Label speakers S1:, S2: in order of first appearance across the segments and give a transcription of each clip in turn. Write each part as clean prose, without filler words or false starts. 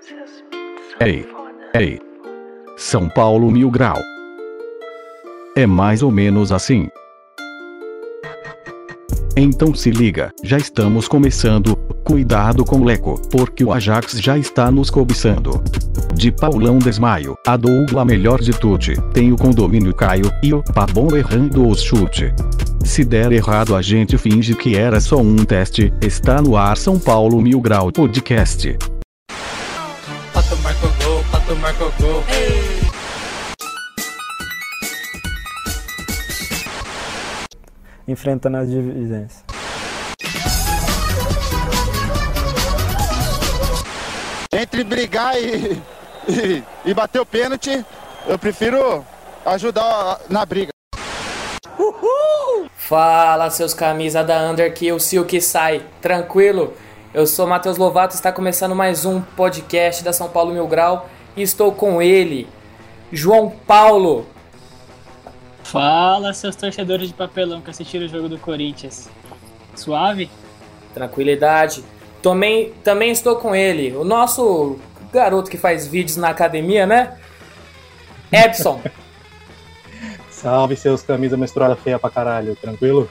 S1: Ei, ei. São Paulo Mil Grau. É mais ou menos assim. Então se liga, já estamos começando. Cuidado com o leco, porque o Ajax já está nos cobiçando. De Paulão Desmaio, a Dougla melhor de tudo, tem o condomínio Caio, e o Pabon errando os chute. Se der errado a gente finge que era só um teste. Está no ar São Paulo Mil Grau Podcast.
S2: Pato marcou gol, ei!
S3: Enfrentando as divisões.
S4: Entre brigar e bater o pênalti, eu prefiro ajudar na briga.
S2: Uhul! Fala, seus camisa da Under, que o Silk sai. Tranquilo? Eu sou Matheus Lovato, está começando mais um podcast da São Paulo Mil Grau e estou com ele, João Paulo.
S5: Fala, seus torcedores de papelão que assistiram o jogo do Corinthians. Suave?
S2: Tranquilidade. Também estou com ele, o nosso garoto que faz vídeos na academia, né? Epson.
S6: Salve, seus camisa menstruada feia pra caralho, tranquilo?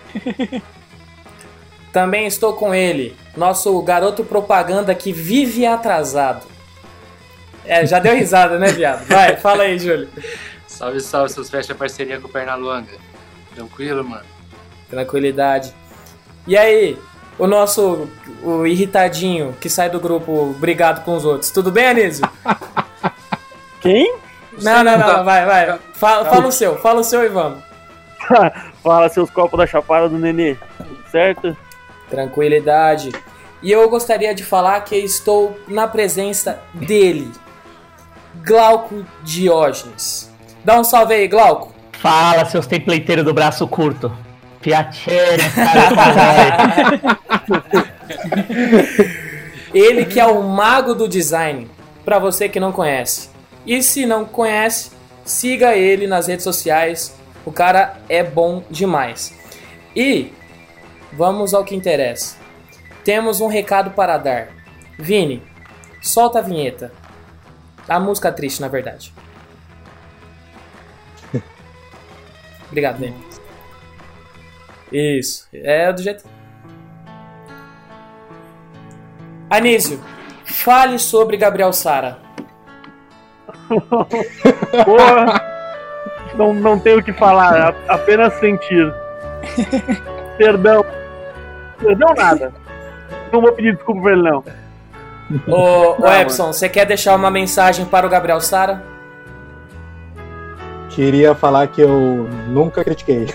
S2: Também estou com ele, nosso garoto propaganda que vive atrasado. Já deu risada, né, viado? Vai, fala aí, Júlio.
S7: Salve, salve, seus fecha parceria com o Pernalonga. Tranquilo, mano?
S2: Tranquilidade. E aí, o irritadinho que sai do grupo brigado com os outros. Tudo bem, Anísio?
S3: Quem?
S2: Não, vai. Fala o seu e vamos.
S3: Fala, seus copos da chapada do Nenê. Certo?
S2: Tranquilidade. E eu gostaria de falar que estou na presença dele, Glauco Diógenes. Dá um salve aí, Glauco.
S8: Fala, seus templeiteiros do braço curto. Piacere, cara.
S2: Ele que é o mago do design, pra você que não conhece. E se não conhece, siga ele nas redes sociais. O cara é bom demais. E vamos ao que interessa. Temos um recado para dar. Vini, solta a vinheta. A música triste, na verdade. Obrigado, Vini. Isso, é do jeito. Anísio, fale sobre Gabriel Sara.
S3: Porra, não tenho o que falar, apenas sentir. Perdão nada. Não vou pedir desculpa pra ele, não.
S2: Ô Epson, você quer deixar uma mensagem para o Gabriel Sara?
S6: Queria falar que eu nunca critiquei.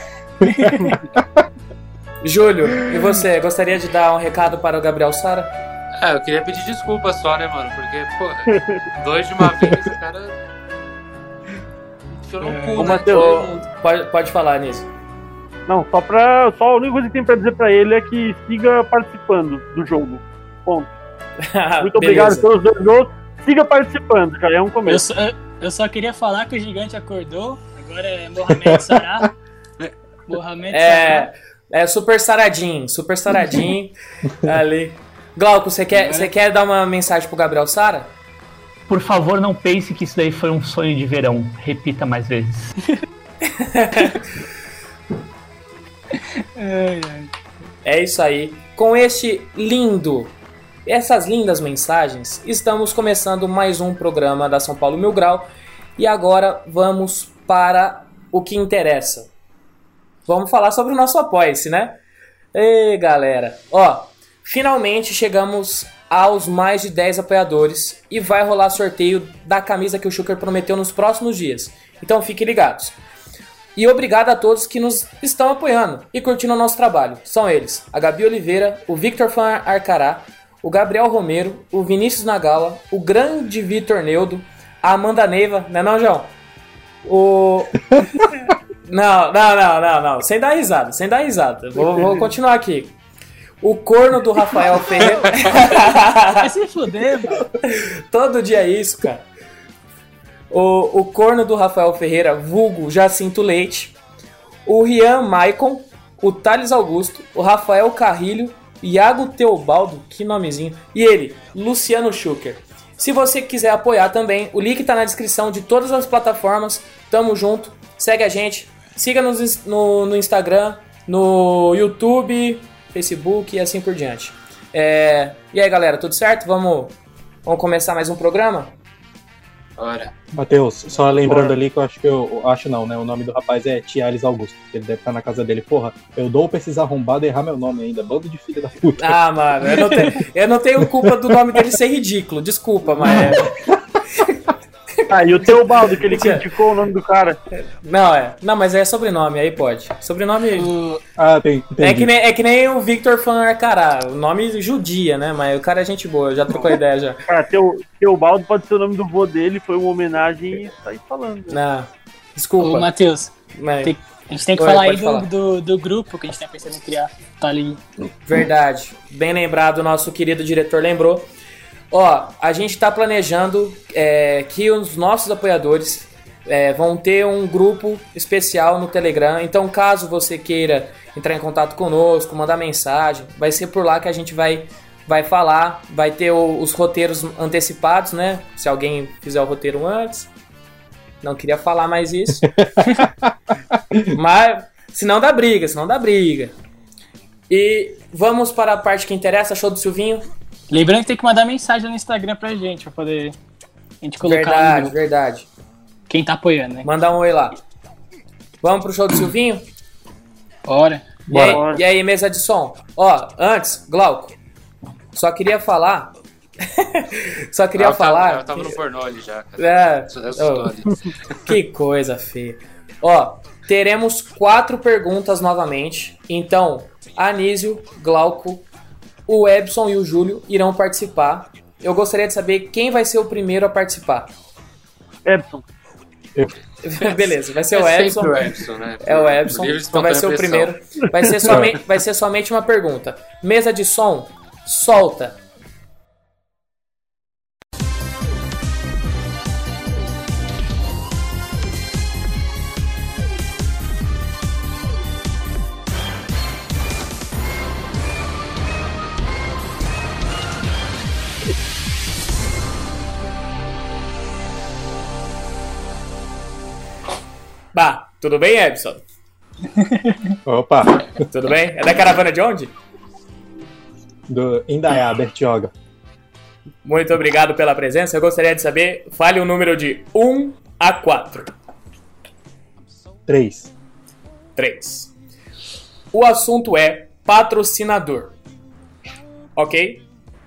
S2: Júlio, e você? Gostaria de dar um recado para o Gabriel Sara?
S7: Eu queria pedir desculpa só, né, mano? Porque, porra, dois de uma vez, o cara enfiou no cu, né?
S2: Pode falar nisso.
S3: Não, só a única coisa que tem pra dizer pra ele é que siga participando do jogo. Ponto. Muito obrigado pelos dois gols. Siga participando, cara, é um começo.
S5: Eu só queria falar que o gigante acordou. Agora é Mohamed Salah.
S2: É super saradinho ali. Glauco, você quer dar uma mensagem pro Gabriel Sara?
S8: Por favor, não pense que isso daí foi um sonho de verão. Repita mais vezes.
S2: É isso aí. Com essas lindas mensagens, estamos começando mais um programa da São Paulo Mil Grau. E agora vamos para o que interessa. Vamos falar sobre o nosso Apoia-se, né? Ei, galera. Finalmente chegamos aos mais de 10 apoiadores e vai rolar sorteio da camisa que o Schuker prometeu nos próximos dias. Então fiquem ligados. E obrigado a todos que nos estão apoiando e curtindo o nosso trabalho. São eles, a Gabi Oliveira, o Victor Fan Arcará, o Gabriel Romero, o Vinícius Nagawa, o grande Vitor Neudo, a Amanda Neiva, não, João? Não. Sem dar risada. Vou continuar aqui. O corno do Rafael Ferreira.
S5: Vai se fuder, mano.
S2: Todo dia é isso, cara. O corno do Rafael Ferreira, vulgo Jacinto Leite. O Rian Maicon. O Thales Augusto. O Rafael Carrilho. Iago Teobaldo, que nomezinho. E ele, Luciano Schuker. Se você quiser apoiar também, o link tá na descrição de todas as plataformas. Tamo junto, segue a gente, siga-nos no Instagram, no YouTube, Facebook e assim por diante. E aí, galera, tudo certo? Vamos começar mais um programa?
S7: Bora.
S6: Matheus, só lembrando ali que eu acho não, né? O nome do rapaz é Tiales Augusto. Ele deve estar na casa dele. Porra, eu dou pra esses arrombados errar meu nome ainda. Bando de filha da puta.
S2: Ah, mano, eu não tenho culpa do nome dele ser ridículo. Desculpa, mas
S3: e o Teobaldo, que ele criticou o nome do cara.
S2: Não, mas é sobrenome, aí pode. Sobrenome.
S6: Tem.
S2: É que nem o Victor Fan Arcará. O nome judia, né? Mas o cara é gente boa, já trocou ideia já.
S3: Cara, Teobaldo pode ser o nome do vô dele, foi uma homenagem e tá aí falando.
S2: Não, desculpa.
S5: Ô, Matheus,
S2: Mas...
S5: a gente tem que falar aí do grupo que a gente tá pensando em criar. Tá ali.
S2: Verdade. Bem lembrado, o nosso querido diretor lembrou. A gente tá planejando que os nossos apoiadores vão ter um grupo especial no Telegram. Então, caso você queira entrar em contato conosco, mandar mensagem, vai ser por lá que a gente vai falar. Vai ter os roteiros antecipados, né? Se alguém fizer o roteiro antes. Não queria falar mais isso. Mas, senão dá briga. E vamos para a parte que interessa, show do Silvinho.
S5: Lembrando que tem que mandar mensagem no Instagram pra gente, pra poder a gente colocar
S2: Verdade.
S5: Quem tá apoiando, né?
S2: Mandar um oi lá. Vamos pro show do Silvinho?
S5: Bora.
S2: E aí, mesa de som? Antes, Glauco, só queria falar...
S7: Eu tava no pornô ali já, cara.
S2: Que coisa feia. Teremos 4 perguntas novamente. Então, Anísio, Glauco, o Ebson e o Júlio irão participar. Eu gostaria de saber quem vai ser o primeiro a participar.
S3: Ebson.
S2: Beleza, vai ser o Ebson.
S7: Sempre o Ebson, né?
S2: É o Ebson, então vai ser o primeiro. Vai ser somente uma pergunta. Mesa de som, solta. Tudo bem, Ebson?
S6: Opa!
S2: Tudo bem? É da caravana de onde?
S6: Do Indaiá, Bertioga.
S2: Muito obrigado pela presença. Eu gostaria de saber, fale um número de 1 a 4.
S6: 3.
S2: O assunto é patrocinador. Ok?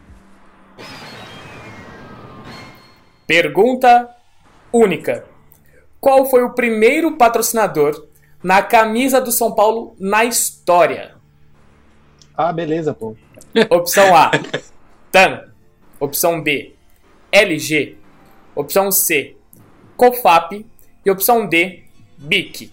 S2: Pergunta única. Qual foi o primeiro patrocinador na camisa do São Paulo na história?
S6: Beleza, pô.
S2: Opção A, TAM. Opção B, LG. Opção C, COFAP. E opção D, BIC.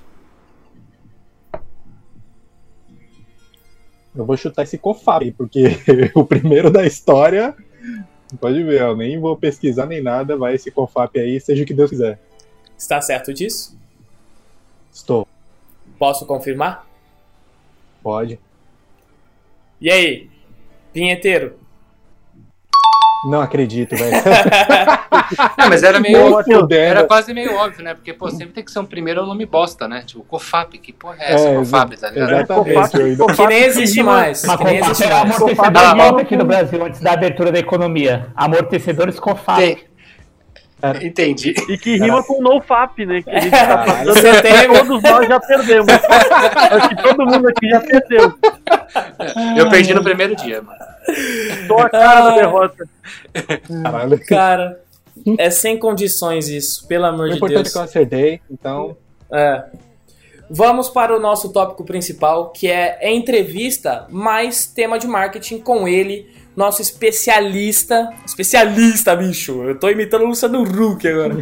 S6: Eu vou chutar esse COFAP, porque o primeiro da história... Pode ver, eu nem vou pesquisar nem nada. Vai esse COFAP aí, seja o que Deus quiser.
S2: Está certo disso?
S6: Estou.
S2: Posso confirmar?
S6: Pode.
S2: E aí, vinheteiro?
S6: Não acredito, velho.
S7: Mas era era quase meio óbvio, né? Porque, sempre tem que ser um primeiro nome bosta, né? Tipo, COFAP, que porra é essa? COFAP, tá ligado?
S6: Exatamente.
S2: Que nem existe mais.
S8: Mas COFAP é amortecedor aqui no Brasil, antes da abertura da economia. Amortecedores COFAP.
S7: Entendi.
S3: E que rima com NoFap, né? Que a gente tá passando. Todos nós já perdemos. Acho que todo mundo aqui já perdeu.
S7: Eu perdi no primeiro dia, mano.
S3: Tô a cara da derrota.
S6: Caralho.
S2: Cara, é sem condições isso, pelo amor de Deus.
S6: O importante é que eu acertei, então...
S2: Vamos para o nosso tópico principal, que é entrevista mais tema de marketing com ele, nosso especialista, bicho, eu tô imitando o Luciano Huck agora,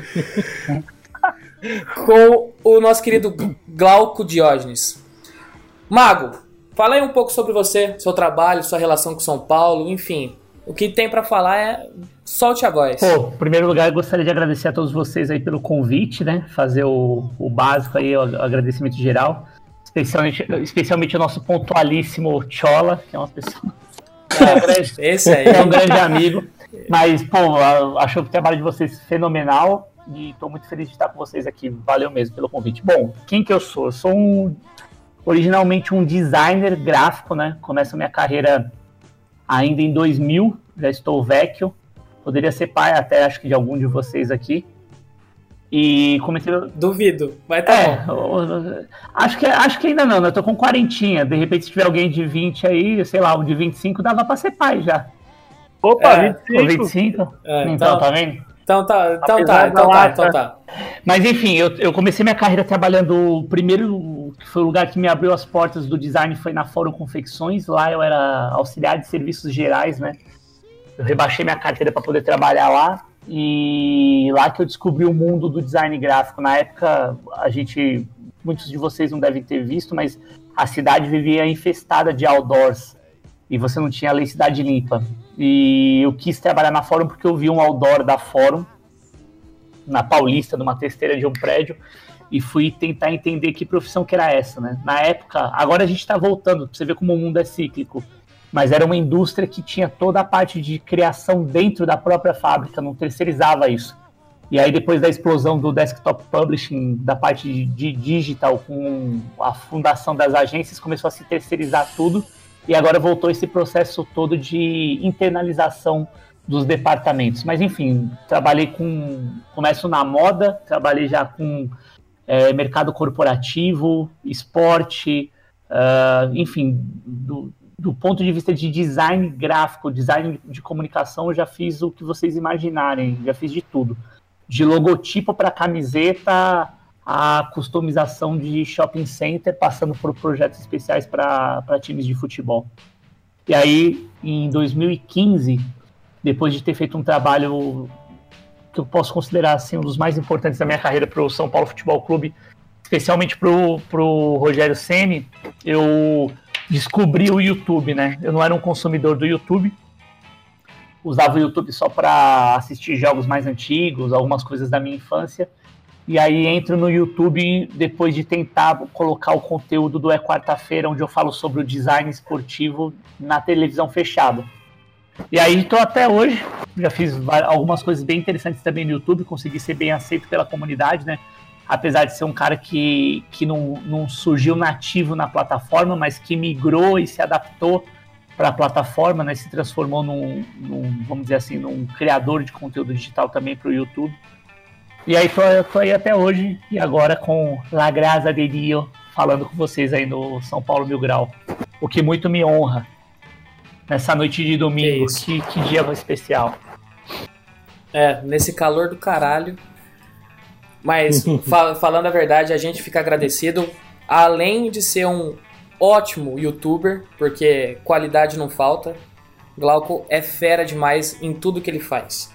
S2: com o nosso querido Glauco Diógenes. Mago, fala aí um pouco sobre você, seu trabalho, sua relação com São Paulo, enfim, o que tem pra falar solte a voz.
S8: Em primeiro lugar, eu gostaria de agradecer a todos vocês aí pelo convite, né, fazer o básico aí, o agradecimento geral, especialmente o nosso pontualíssimo Chola, que é uma pessoa...
S2: Esse aí
S8: é um grande amigo. Mas, pô, acho o trabalho de vocês fenomenal e tô muito feliz de estar com vocês aqui. Valeu mesmo pelo convite. Bom, quem que eu sou? Eu sou originalmente um designer gráfico, né? Começo a minha carreira ainda em 2000, já estou vecchio. Poderia ser pai até, acho que de algum de vocês aqui. E comecei...
S2: Duvido, vai tá bom.
S8: Acho que ainda não, né? Eu tô com 40. De repente, se tiver alguém de 20 aí, sei lá, um de 25, dava pra ser pai já.
S3: Opa, 25.
S8: 25? Então, tá vendo?
S2: Então tá.
S8: Mas enfim, eu comecei minha carreira trabalhando, primeiro, que foi o lugar que me abriu as portas do design, foi na Fórum Confecções. Lá eu era auxiliar de serviços gerais, né? Eu rebaixei minha carteira para poder trabalhar lá. E lá que eu descobri o mundo do design gráfico. Na época, muitos de vocês não devem ter visto, mas a cidade vivia infestada de outdoors e você não tinha lei Cidade Limpa. E eu quis trabalhar na Fórum porque eu vi um outdoor da Fórum na Paulista, numa testeira de um prédio, e fui tentar entender que profissão que era essa, né? Na época, agora a gente está voltando, pra você ver como o mundo é cíclico, mas era uma indústria que tinha toda a parte de criação dentro da própria fábrica, não terceirizava isso. E aí depois da explosão do desktop publishing, da parte de digital, com a fundação das agências, começou a se terceirizar tudo, e agora voltou esse processo todo de internalização dos departamentos. Mas enfim, começo na moda, trabalhei já com mercado corporativo, esporte, enfim, do ponto de vista de design gráfico, design de comunicação, eu já fiz o que vocês imaginarem, já fiz de tudo. De logotipo para camiseta, a customização de shopping center, passando por projetos especiais para times de futebol. E aí, em 2015, depois de ter feito um trabalho que eu posso considerar assim, um dos mais importantes da minha carreira para o São Paulo Futebol Clube, especialmente para o Rogério Ceni, eu descobri o YouTube, né? Eu não era um consumidor do YouTube, usava o YouTube só para assistir jogos mais antigos, algumas coisas da minha infância, e aí entro no YouTube depois de tentar colocar o conteúdo do É Quarta-feira, onde eu falo sobre o design esportivo na televisão fechada. E aí estou até hoje, já fiz algumas coisas bem interessantes também no YouTube, consegui ser bem aceito pela comunidade, né? Apesar de ser um cara que não surgiu nativo na plataforma, mas que migrou e se adaptou para a plataforma, né? Se transformou vamos dizer assim, num criador de conteúdo digital também para o YouTube. E aí tô aí até hoje, e agora com La Graça de Dio, falando com vocês aí no São Paulo Mil Grau. O que muito me honra nessa noite de domingo, que dia especial.
S2: Nesse calor do caralho. Mas, falando a verdade, a gente fica agradecido, além de ser um ótimo youtuber, porque qualidade não falta, Glauco é fera demais em tudo que ele faz.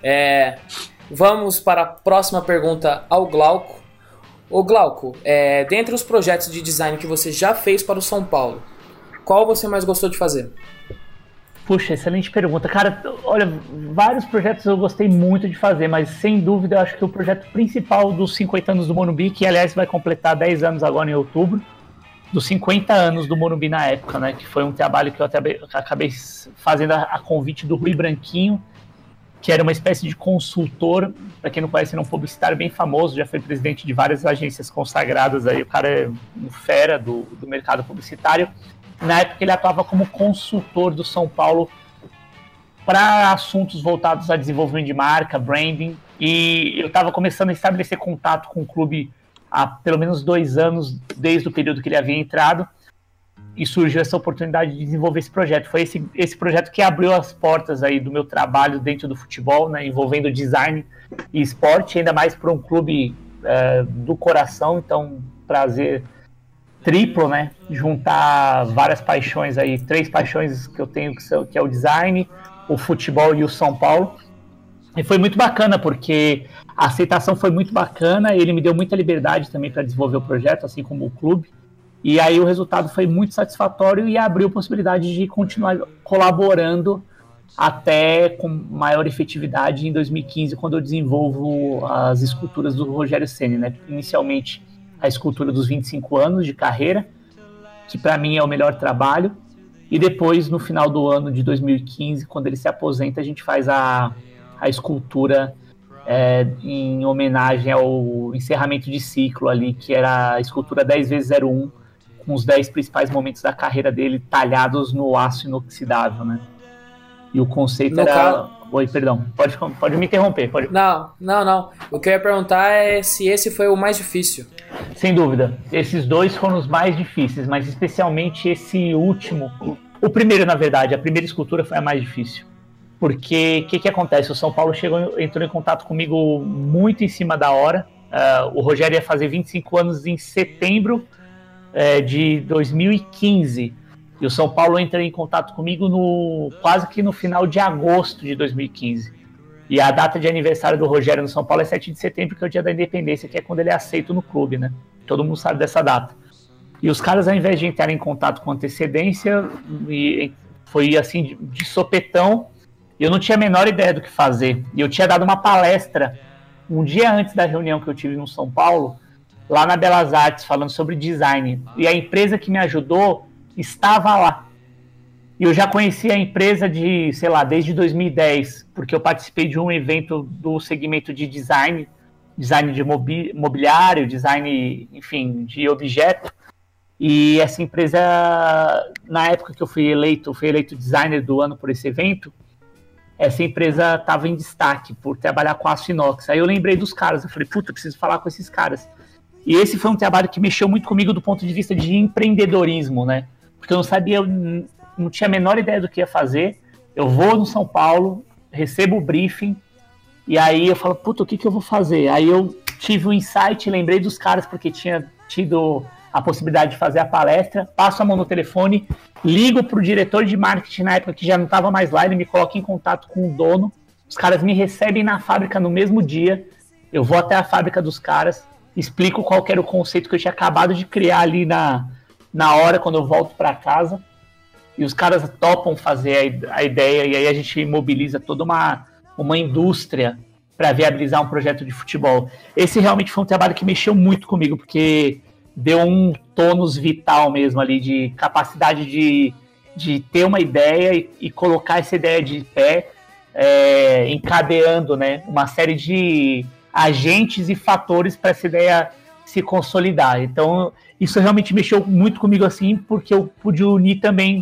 S2: Vamos para a próxima pergunta ao Glauco. Ô Glauco, dentre os projetos de design que você já fez para o São Paulo, qual você mais gostou de fazer?
S8: Puxa, excelente pergunta. Cara, olha, vários projetos eu gostei muito de fazer, mas sem dúvida eu acho que o projeto principal dos 50 anos do Morumbi, que aliás vai completar 10 anos agora em outubro, dos 50 anos do Morumbi na época, né? Que foi um trabalho que eu acabei fazendo a convite do Rui Branquinho, que era uma espécie de consultor, para quem não conhece, ele é um publicitário bem famoso, já foi presidente de várias agências consagradas, aí o cara é um fera do mercado publicitário. Na época ele atuava como consultor do São Paulo para assuntos voltados a desenvolvimento de marca, branding, e eu estava começando a estabelecer contato com o clube há pelo menos 2 anos, desde o período que ele havia entrado, e surgiu essa oportunidade de desenvolver esse projeto. Foi esse projeto que abriu as portas aí do meu trabalho dentro do futebol, né, envolvendo design e esporte, ainda mais para um clube do coração, então prazer triplo, né? Juntar várias paixões aí, 3 paixões que eu tenho, que é o design, o futebol e o São Paulo. E foi muito bacana, porque a aceitação foi muito bacana, ele me deu muita liberdade também para desenvolver o projeto, assim como o clube. E aí o resultado foi muito satisfatório e abriu possibilidade de continuar colaborando até com maior efetividade em 2015, quando eu desenvolvo as esculturas do Rogério Ceni, né? Inicialmente a escultura dos 25 anos de carreira, que para mim é o melhor trabalho, E depois, no final do ano de 2015, quando ele se aposenta, a gente faz a escultura em homenagem ao encerramento de ciclo ali, que era a escultura 10x01, com os 10 principais momentos da carreira dele talhados no aço inoxidável, né? E o conceito era... Oi, perdão. Pode me interromper. Pode...
S2: Não. O que eu ia perguntar é se esse foi o mais difícil.
S8: Sem dúvida. Esses dois foram os mais difíceis, mas especialmente esse último. O primeiro, na verdade, a primeira escultura foi a mais difícil. Porque o que acontece? O São Paulo entrou em contato comigo muito em cima da hora. O Rogério ia fazer 25 anos em setembro de 2015. E o São Paulo entra em contato comigo quase que no final de agosto de 2015. E a data de aniversário do Rogério no São Paulo é 7 de setembro, que é o dia da independência, que é quando ele é aceito no clube, né? Todo mundo sabe dessa data. E os caras, ao invés de entrarem em contato com antecedência, foi assim, de sopetão, e eu não tinha a menor ideia do que fazer. E eu tinha dado uma palestra um dia antes da reunião que eu tive no São Paulo, lá na Belas Artes, falando sobre design. E a empresa que me ajudou estava lá. E eu já conhecia a empresa desde 2010, porque eu participei de um evento do segmento de design de mobiliário, design, enfim, de objeto. E essa empresa, na época que eu fui eleito designer do ano por esse evento, essa empresa estava em destaque por trabalhar com aço inox. Aí eu lembrei dos caras, eu falei, puta, preciso falar com esses caras. E esse foi um trabalho que mexeu muito comigo do ponto de vista de empreendedorismo, né? Porque eu não sabia, eu não tinha a menor ideia do que ia fazer. Eu vou no São Paulo, recebo o briefing, e aí eu falo, puta, o que eu vou fazer? Aí eu tive um insight, lembrei dos caras porque tinha tido a possibilidade de fazer a palestra, passo a mão no telefone, ligo pro diretor de marketing na época que já não estava mais lá, ele me coloca em contato com o dono, os caras me recebem na fábrica no mesmo dia, eu vou até a fábrica dos caras, explico qual que era o conceito que eu tinha acabado de criar ali na hora, quando eu volto para casa, e os caras topam fazer a ideia, e aí a gente mobiliza toda uma indústria para viabilizar um projeto de futebol. Esse realmente foi um trabalho que mexeu muito comigo, porque deu um tônus vital mesmo ali, de capacidade de ter uma ideia e colocar essa ideia de pé, encadeando, né, uma série de agentes e fatores para essa ideia se consolidar. Então, isso realmente mexeu muito comigo, assim, porque eu pude unir também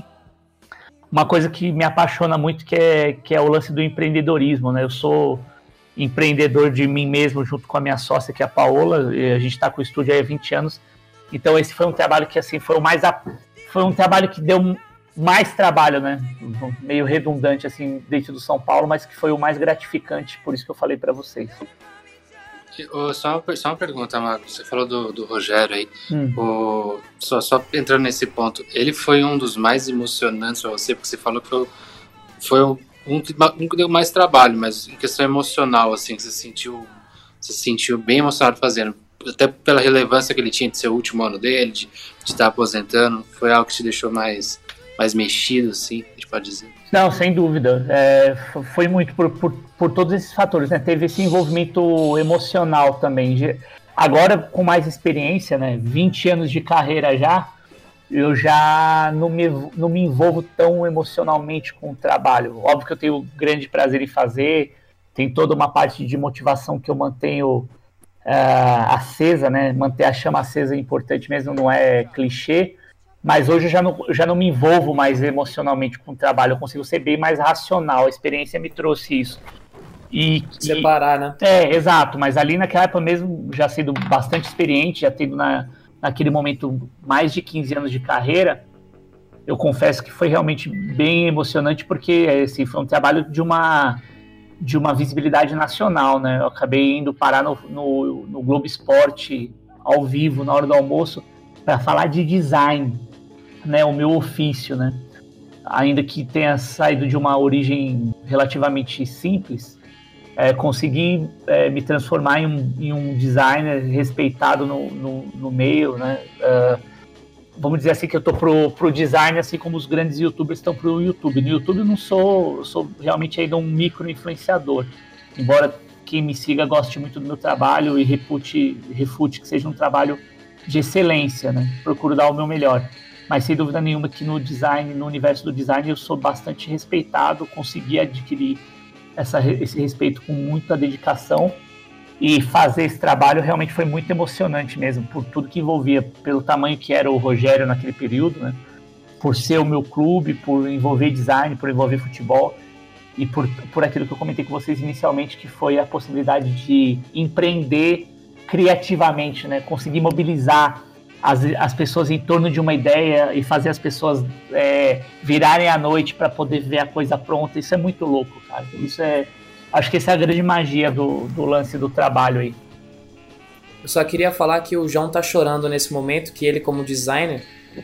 S8: uma coisa que me apaixona muito, que é o lance do empreendedorismo, né? Eu sou empreendedor de mim mesmo, junto com a minha sócia, que é a Paola, e a gente está com o estúdio aí há 20 anos. Então, esse foi um trabalho que, assim, foi um trabalho que deu mais trabalho, né? Meio redundante, assim, dentro do São Paulo, mas que foi o mais gratificante, por isso que eu falei para vocês.
S7: Só uma pergunta, Marcos. Você falou do Rogério aí. Só entrando nesse ponto, ele foi um dos mais emocionantes para você, porque você falou que foi um que deu mais trabalho, mas em questão emocional, assim, você se sentiu bem emocionado fazendo, até pela relevância que ele tinha de ser o último ano dele, de estar aposentando, foi algo que te deixou mais mexido, assim, a gente pode dizer?
S8: Não, sem dúvida. Foi muito por todos esses fatores, né? Teve esse envolvimento emocional também. Agora, com mais experiência, né? 20 anos de carreira já, eu já não me envolvo tão emocionalmente com o trabalho. Óbvio que eu tenho grande prazer em fazer, tem toda uma parte de motivação que eu mantenho acesa, né? Manter a chama acesa é importante mesmo, não é clichê. Mas hoje eu já não me envolvo mais emocionalmente com o trabalho, eu consigo ser bem mais racional, a experiência me trouxe isso.
S2: Separar, né?
S8: Exato, mas ali naquela época mesmo, já sendo bastante experiente, já tendo naquele momento mais de 15 anos de carreira, eu confesso que foi realmente bem emocionante, porque assim, foi um trabalho de uma visibilidade nacional, né? Eu acabei indo parar no Globo Esporte, ao vivo, na hora do almoço, para falar de design, né, o meu ofício, né, ainda que tenha saído de uma origem relativamente simples, consegui me transformar em um designer respeitado no meio, né, vamos dizer assim que eu tô pro design assim como os grandes youtubers estão pro YouTube. No YouTube eu sou realmente ainda um micro influenciador, embora quem me siga goste muito do meu trabalho e refute que seja um trabalho de excelência, né? Procuro dar o meu melhor. mas sem dúvida nenhuma que no design, no universo do design, eu sou bastante respeitado, consegui adquirir esse respeito com muita dedicação, e fazer esse trabalho realmente foi muito emocionante mesmo, por tudo que envolvia, pelo tamanho que era o Rogério naquele período, né? Por ser o meu clube, por envolver design, por envolver futebol, e por aquilo que eu comentei com vocês inicialmente, que foi a possibilidade de empreender criativamente, né? Conseguir mobilizar as pessoas em torno de uma ideia e fazer as pessoas virarem à noite para poder ver a coisa pronta. Isso é muito louco, cara. Acho que essa é a grande magia do lance do trabalho aí.
S2: Eu só queria falar que o João tá chorando nesse momento, que ele como designer...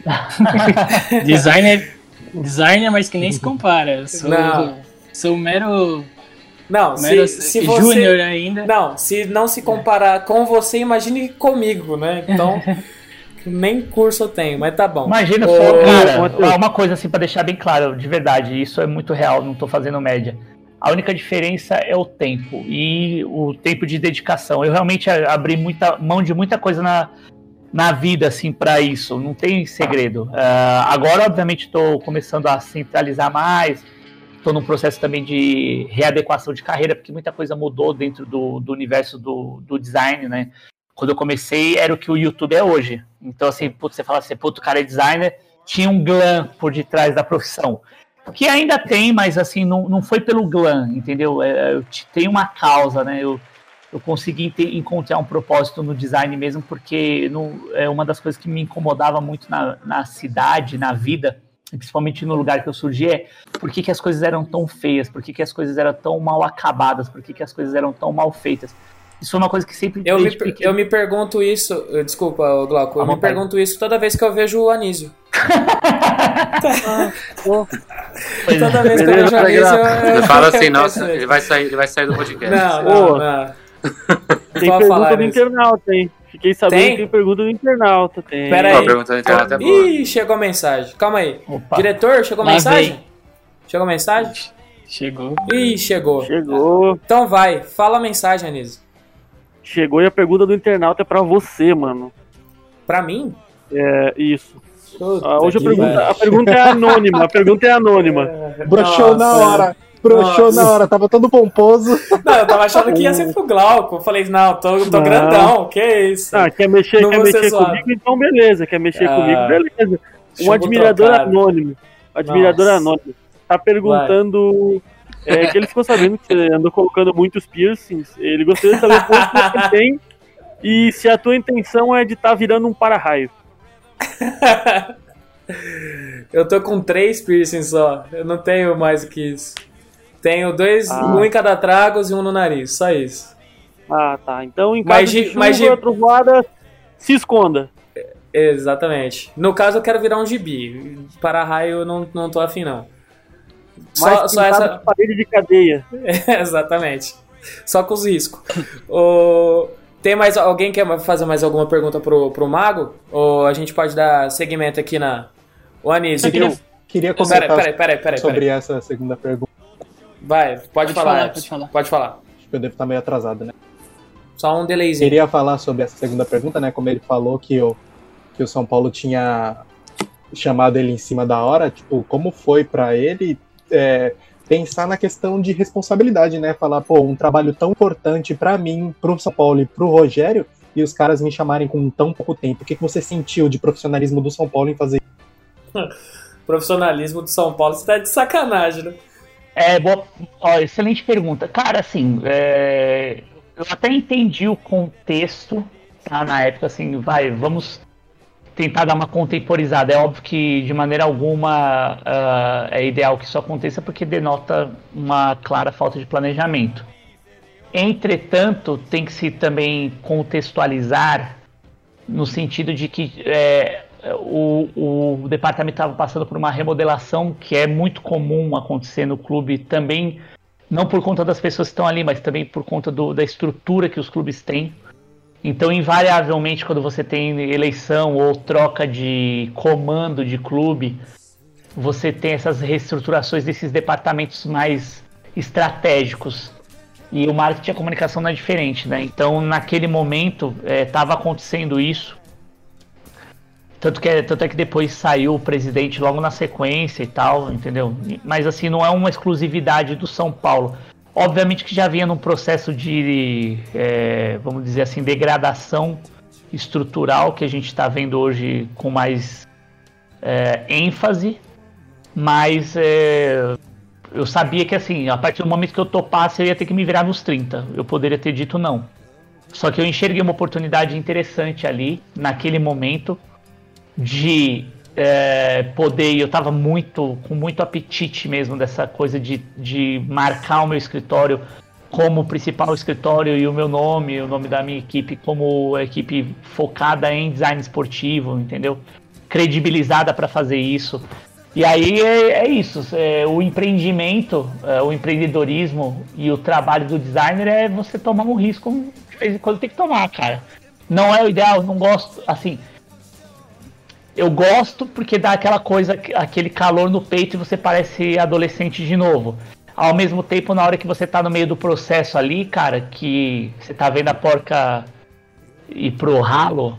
S5: designer, mas que nem se compara. Sou mero...
S2: Não, se você...
S5: Júnior ainda.
S2: Não, se não se comparar com você, imagine comigo, né? Então, nem curso eu tenho, mas tá bom.
S8: Imagina só, cara, uma coisa assim pra deixar bem claro, de verdade, isso é muito real, não tô fazendo média. A única diferença é o tempo e o tempo de dedicação. Eu realmente abri mão de muita coisa na vida, assim, pra isso, não tem segredo. Agora, obviamente, tô começando a centralizar mais. Estou num processo também de readequação de carreira, porque muita coisa mudou dentro do universo do design, né? Quando eu comecei, era o que o YouTube é hoje. Então, assim, você fala assim, o cara é designer, tinha um glam por detrás da profissão. Que ainda tem, mas, assim, não foi pelo glam, entendeu? Eu tenho uma causa, né? Eu consegui encontrar um propósito no design mesmo, porque é uma das coisas que me incomodava muito na cidade, na vida, principalmente no lugar que eu surgi, por que as coisas eram tão feias, por que as coisas eram tão mal acabadas, por que as coisas eram tão mal feitas. Isso é uma coisa que sempre...
S2: Eu me pergunto isso, desculpa, Glauco, eu me pergunto isso toda vez que eu vejo o Anísio. Toda vez que eu vejo o Anísio...
S7: Ele fala assim, nossa, ele vai sair do podcast.
S2: Não.
S3: Tem pergunta do internauta, hein? Fiquei sabendo que tem pergunta do internauta.
S2: Pera aí.
S7: Pergunta do internauta é boa.
S2: Ih, chegou a mensagem. Calma aí. Opa. Diretor, chegou a mensagem? Chegou a mensagem?
S5: Chegou.
S2: Ih, chegou.
S3: Chegou.
S2: Então vai, fala a mensagem, Anísio.
S3: Chegou e a pergunta do internauta é pra você, mano.
S2: Pra mim?
S3: É, isso. Hoje a pergunta é anônima. A pergunta é anônima.
S6: Broxou na hora. Broxou na hora, tava todo pomposo.
S2: Não, eu tava achando que ia ser pro Glauco. Eu falei, não, tô grandão, que isso?
S3: Quer mexer comigo, então beleza. Quer mexer comigo, beleza. Um admirador anônimo. Anônimo. Tá perguntando que ele ficou sabendo que você andou colocando muitos piercings. Ele gostaria de saber quanto você tem e se a tua intenção é de estar virando um para-raio.
S2: Eu tô com 3 piercings só. Eu não tenho mais do que isso. Tenho 2, um em cada tragos e um no nariz, só isso.
S3: Tá. Então, em caso de chuva, trovoada, se esconda.
S2: Exatamente. No caso, eu quero virar um gibi. Para-raio, eu não tô afim, não.
S3: Só essa parede de cadeia.
S2: Exatamente. Só com os riscos. Tem mais alguém que quer fazer mais alguma pergunta pro Mago? Ou a gente pode dar seguimento aqui o Anísio?
S6: Eu queria comentar
S2: peraí.
S6: sobre essa segunda pergunta.
S2: Vai, pode falar. Pode falar.
S6: Acho que eu devo estar meio atrasado, né?
S2: Só um delayzinho.
S6: Queria falar sobre essa segunda pergunta, né? Como ele falou que o São Paulo tinha chamado ele em cima da hora, tipo, como foi pra ele pensar na questão de responsabilidade, né? Falar, um trabalho tão importante pra mim, pro São Paulo e pro Rogério, e os caras me chamarem com tão pouco tempo. O que você sentiu de profissionalismo do São Paulo em fazer isso?
S2: Profissionalismo do São Paulo, você tá de sacanagem, né?
S8: Excelente pergunta. Cara, assim, eu até entendi o contexto, tá, na época, assim, vamos tentar dar uma contemporizada. É óbvio que, de maneira alguma, é ideal que isso aconteça, porque denota uma clara falta de planejamento. Entretanto, tem que se também contextualizar no sentido de que o departamento estava passando por uma remodelação que é muito comum acontecer no clube também, não por conta das pessoas que estão ali, mas também por conta da estrutura que os clubes têm. Então, invariavelmente, quando você tem eleição ou troca de comando de clube, você tem essas reestruturações desses departamentos mais estratégicos. E o marketing e a comunicação não é diferente, né? Então, naquele momento, estava acontecendo isso. Tanto é que depois saiu o presidente logo na sequência e tal, entendeu? Mas assim, não é uma exclusividade do São Paulo. Obviamente que já vinha num processo de, vamos dizer assim, degradação estrutural que a gente está vendo hoje com mais ênfase, mas eu sabia que assim, a partir do momento que eu topasse eu ia ter que me virar nos 30, eu poderia ter dito não. Só que eu enxerguei uma oportunidade interessante ali, naquele momento, de poder, eu estava com muito apetite mesmo dessa coisa de marcar o meu escritório como principal escritório e o meu nome, o nome da minha equipe como equipe focada em design esportivo, entendeu? Credibilizada para fazer isso. E aí é isso, o empreendimento, o empreendedorismo e o trabalho do designer é você tomar um risco, de vez em quando tem que tomar, cara. Não é o ideal, não gosto, assim... Eu gosto porque dá aquela coisa, aquele calor no peito e você parece adolescente de novo. Ao mesmo tempo, na hora que você tá no meio do processo ali, cara, que você tá vendo a porca ir pro ralo,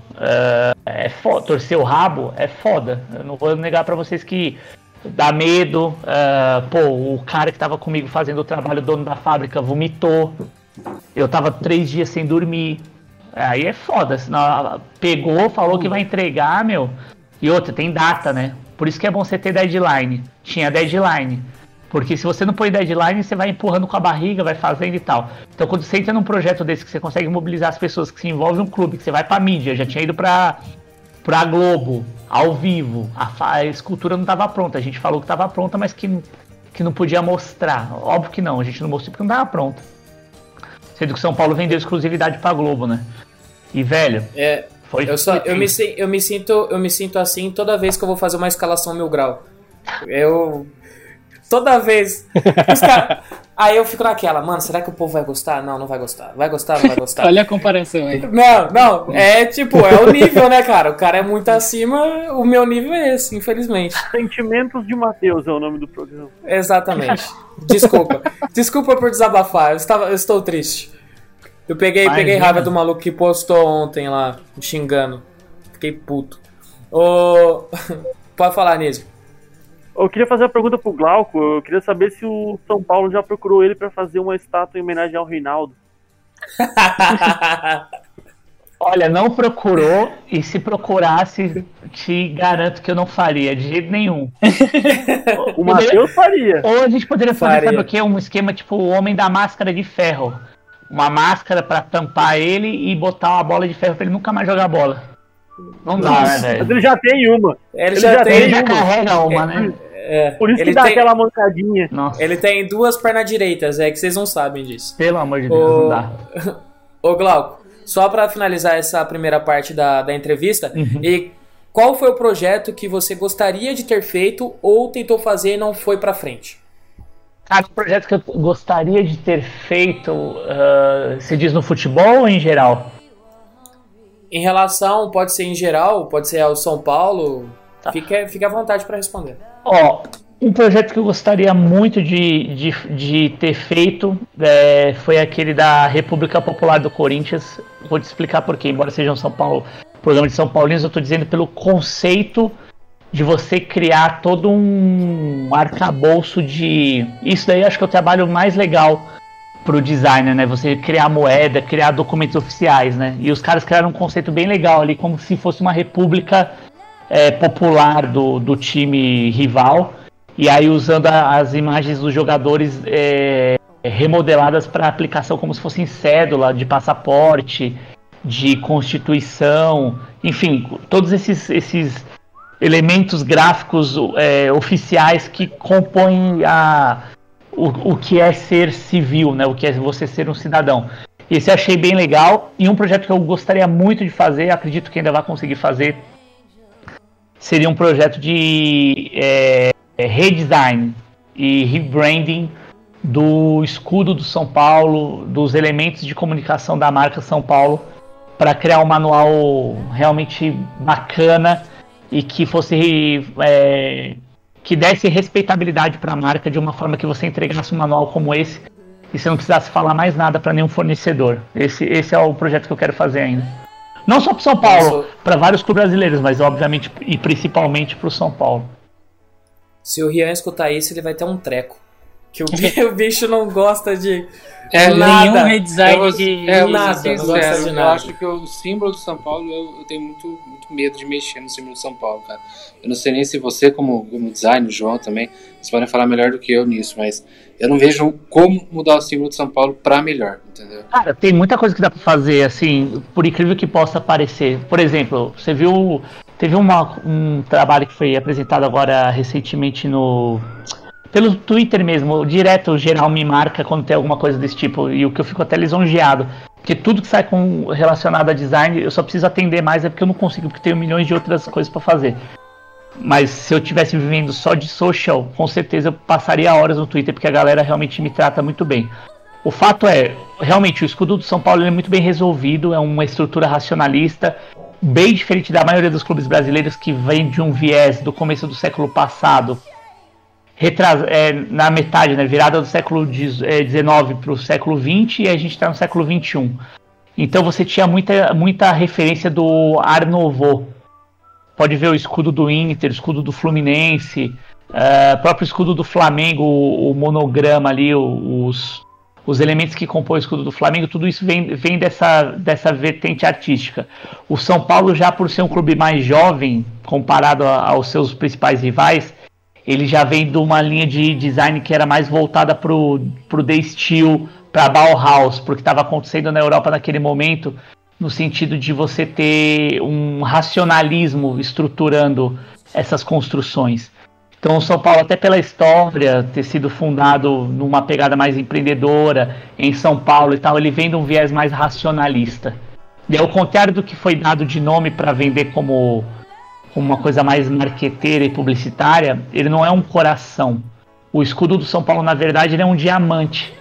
S8: torcer o rabo é foda. Eu não vou negar pra vocês que dá medo. O cara que tava comigo fazendo o trabalho, o dono da fábrica, vomitou. Eu tava 3 dias sem dormir. Aí é foda. Senão pegou, falou que vai entregar, meu... E outra, tem data, né? Por isso que é bom você ter deadline. Tinha deadline. Porque se você não põe deadline, você vai empurrando com a barriga, vai fazendo e tal. Então quando você entra num projeto desse que você consegue mobilizar as pessoas, que se envolve um clube, que você vai pra mídia, já tinha ido pra Globo, ao vivo, a escultura não estava pronta. A gente falou que estava pronta, mas que não podia mostrar. Óbvio que não, a gente não mostrou porque não estava pronta. Sendo que São Paulo vendeu exclusividade pra Globo, né? E, velho...
S2: Eu me sinto assim toda vez que eu vou fazer uma escalação 1000 grau. Toda vez. Aí eu fico naquela, mano, será que o povo vai gostar? Não vai gostar. Vai gostar, não vai gostar.
S5: Olha a comparação aí.
S2: Não, é o nível, né, cara? O cara é muito acima, o meu nível é esse, infelizmente.
S3: Sentimentos de Matheus é o nome do programa.
S2: Exatamente. Desculpa por desabafar, eu estou triste. Eu peguei raiva do maluco que postou ontem lá, xingando. Fiquei puto. Pode falar, Nísio.
S3: Eu queria fazer uma pergunta pro Glauco. Eu queria saber se o São Paulo já procurou ele pra fazer uma estátua em homenagem ao Reinaldo.
S8: Olha, não procurou, e se procurasse, te garanto que eu não faria, de jeito nenhum.
S3: O Matheus faria.
S8: Ou a gente poderia fazer, sabe o quê? Um esquema tipo o Homem da Máscara de Ferro. Uma máscara pra tampar ele e botar uma bola de ferro pra ele nunca mais jogar bola. Não dá, né, velho?
S3: Mas ele já tem uma.
S2: Ele já
S8: carrega uma, né?
S3: Por isso que dá aquela mancadinha.
S2: Nossa. Ele tem 2 pernas direitas, é que vocês não sabem disso.
S8: Pelo amor de Deus, não dá.
S2: Ô, Glauco, só pra finalizar essa primeira parte da entrevista, e qual foi o projeto que você gostaria de ter feito ou tentou fazer e não foi pra frente?
S8: Cara, o projeto que eu gostaria de ter feito, se diz no futebol ou em geral?
S2: Em relação, pode ser em geral, pode ser ao São Paulo, tá. Fique à vontade para responder.
S8: Um projeto que eu gostaria muito de ter feito foi aquele da República Popular do Corinthians. Vou te explicar por quê, embora seja um programa de São Paulinos, eu estou dizendo pelo conceito de você criar todo um arcabouço de... Isso daí acho que é o trabalho mais legal pro designer, né? Você criar moeda, criar documentos oficiais, né? E os caras criaram um conceito bem legal ali, como se fosse uma república popular do time rival. E aí usando as imagens dos jogadores remodeladas para aplicação como se fossem cédula de passaporte, de constituição, enfim, todos esses elementos gráficos oficiais que compõem o que é ser civil, né? O que é você ser um cidadão. Esse eu achei bem legal. E um projeto que eu gostaria muito de fazer, acredito que ainda vai conseguir fazer, seria um projeto de redesign e rebranding do escudo do São Paulo, dos elementos de comunicação da marca São Paulo, para criar um manual realmente bacana e que fosse que desse respeitabilidade para a marca de uma forma que você entregasse um manual como esse e você não precisasse falar mais nada para nenhum fornecedor. Esse é o projeto que eu quero fazer ainda. Não só pro São Paulo, para vários clubes brasileiros, mas obviamente e principalmente pro São Paulo.
S2: Se o Rian escutar isso, ele vai ter um treco. Que o bicho não gosta de
S5: nada. Nenhum redesign
S7: de
S2: nada. Não gosta de nada.
S7: Eu acho que o símbolo do São Paulo, eu tenho muito medo de mexer no símbolo do São Paulo, cara. Eu não sei nem se você, como designer, o João também, vocês podem falar melhor do que eu nisso, mas eu não vejo como mudar o símbolo do São Paulo pra melhor, entendeu?
S8: Cara, tem muita coisa que dá pra fazer, assim, por incrível que possa parecer. Por exemplo, você viu... Teve um trabalho que foi apresentado agora recentemente pelo Twitter mesmo, direto o geral me marca quando tem alguma coisa desse tipo, e o que eu fico até lisonjeado, porque tudo que sai relacionado a design, eu só preciso atender mais, é porque eu não consigo, porque tenho milhões de outras coisas para fazer. Mas se eu estivesse vivendo só de social, com certeza eu passaria horas no Twitter, porque a galera realmente me trata muito bem. O fato é, realmente, o escudo do São Paulo é muito bem resolvido, é uma estrutura racionalista, bem diferente da maioria dos clubes brasileiros, que vem de um viés do começo do século passado, na metade, né, virada do século XIX para o século XX, e a gente está no século XXI. Então você tinha muita referência do Art Nouveau. Pode ver o escudo do Inter, o escudo do Fluminense, próprio escudo do Flamengo, o monograma ali, os elementos que compõem o escudo do Flamengo, tudo isso vem dessa vertente artística. O São Paulo, já por ser um clube mais jovem, comparado aos seus principais rivais, ele já vem de uma linha de design que era mais voltada pro The Steel, para Bauhaus, porque estava acontecendo na Europa naquele momento, no sentido de você ter um racionalismo estruturando essas construções. Então o São Paulo, até pela história, ter sido fundado numa pegada mais empreendedora, em São Paulo e tal, ele vem de um viés mais racionalista. E ao contrário do que foi dado de nome para vender como uma coisa mais marqueteira e publicitária, ele não é um coração. O escudo do São Paulo, na verdade, ele é um diamante,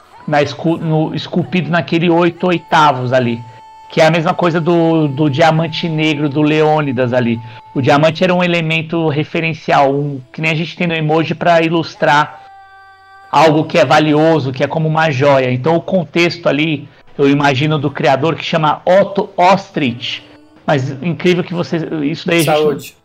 S8: esculpido naquele 8 oitavos ali, que é a mesma coisa do diamante negro do Leônidas ali. O diamante era um elemento referencial, que nem a gente tem no emoji para ilustrar algo que é valioso, que é como uma joia. Então o contexto ali, eu imagino, do criador, que chama Otto Ostrich. Mas incrível que isso daí
S2: Saúde.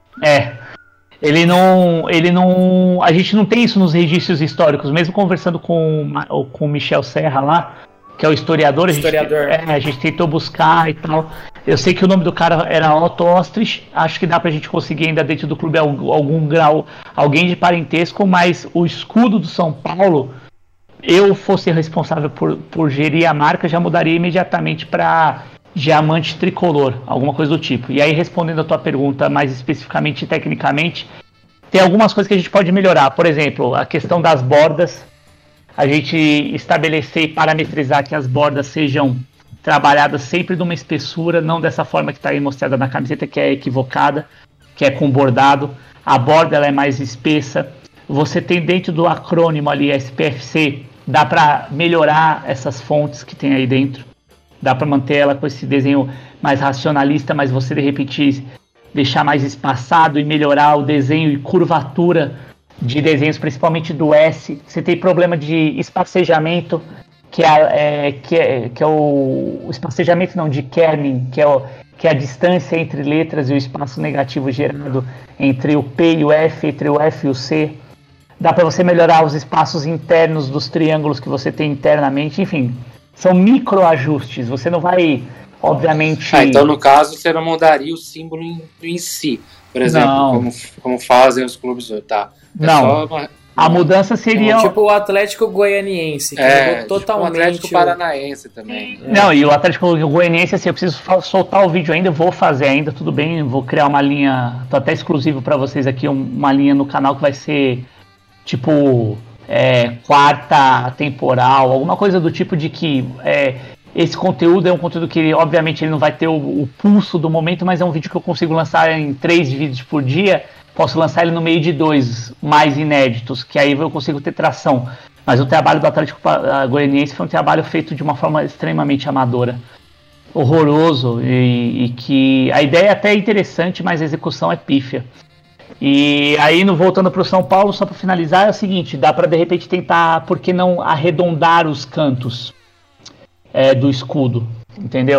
S8: Ele não. A gente não tem isso nos registros históricos. Mesmo conversando com o Michel Serra lá, que é o historiador. A gente tentou buscar e tal. Eu sei que o nome do cara era Otto Ostrich. Acho que dá pra gente conseguir ainda dentro do clube algum grau, alguém de parentesco, mas o escudo do São Paulo, eu fosse responsável por gerir a marca, já mudaria imediatamente para diamante tricolor, alguma coisa do tipo. E aí, respondendo a tua pergunta mais especificamente e tecnicamente, tem algumas coisas que a gente pode melhorar. Por exemplo, a questão das bordas, a gente estabelecer e parametrizar que as bordas sejam trabalhadas sempre de uma espessura, não dessa forma que está aí mostrada na camiseta, que é equivocada, que é com bordado. A borda ela é mais espessa. Você tem dentro do acrônimo ali, SPFC, dá para melhorar essas fontes que tem aí dentro. Dá para manter ela com esse desenho mais racionalista, mas você de repente deixar mais espaçado e melhorar o desenho e curvatura de desenhos, principalmente do S. Você tem problema de espacejamento, que é o espacejamento não, de kerning, que é a distância entre letras e o espaço negativo gerado entre o P e o F, entre o F e o C. Dá para você melhorar os espaços internos dos triângulos que você tem internamente, enfim. São microajustes, você não vai, obviamente...
S7: então no caso você não mudaria o símbolo em si, por exemplo, como fazem os clubes hoje, tá?
S8: Não, a mudança seria...
S2: Tipo o Atlético Goianiense, que mudou totalmente...
S7: Tipo o Atlético Paranaense também.
S8: Não, e o Atlético Goianiense, assim, eu preciso soltar o vídeo ainda, eu vou fazer ainda, tudo bem, vou criar uma linha, tô até exclusivo para vocês aqui, uma linha no canal que vai ser, tipo... quarta temporal, alguma coisa do tipo de que esse conteúdo é um conteúdo que obviamente ele não vai ter o pulso do momento, mas é um vídeo que eu consigo lançar em 3 vídeos por dia, posso lançar ele no meio de 2 mais inéditos, que aí eu consigo ter tração. Mas o trabalho do Atlético Goianiense foi um trabalho feito de uma forma extremamente amadora, horroroso, e que a ideia é até interessante, mas a execução é pífia. E aí, voltando para o São Paulo, só para finalizar, é o seguinte, dá para de repente tentar, por que não arredondar os cantos do escudo, entendeu?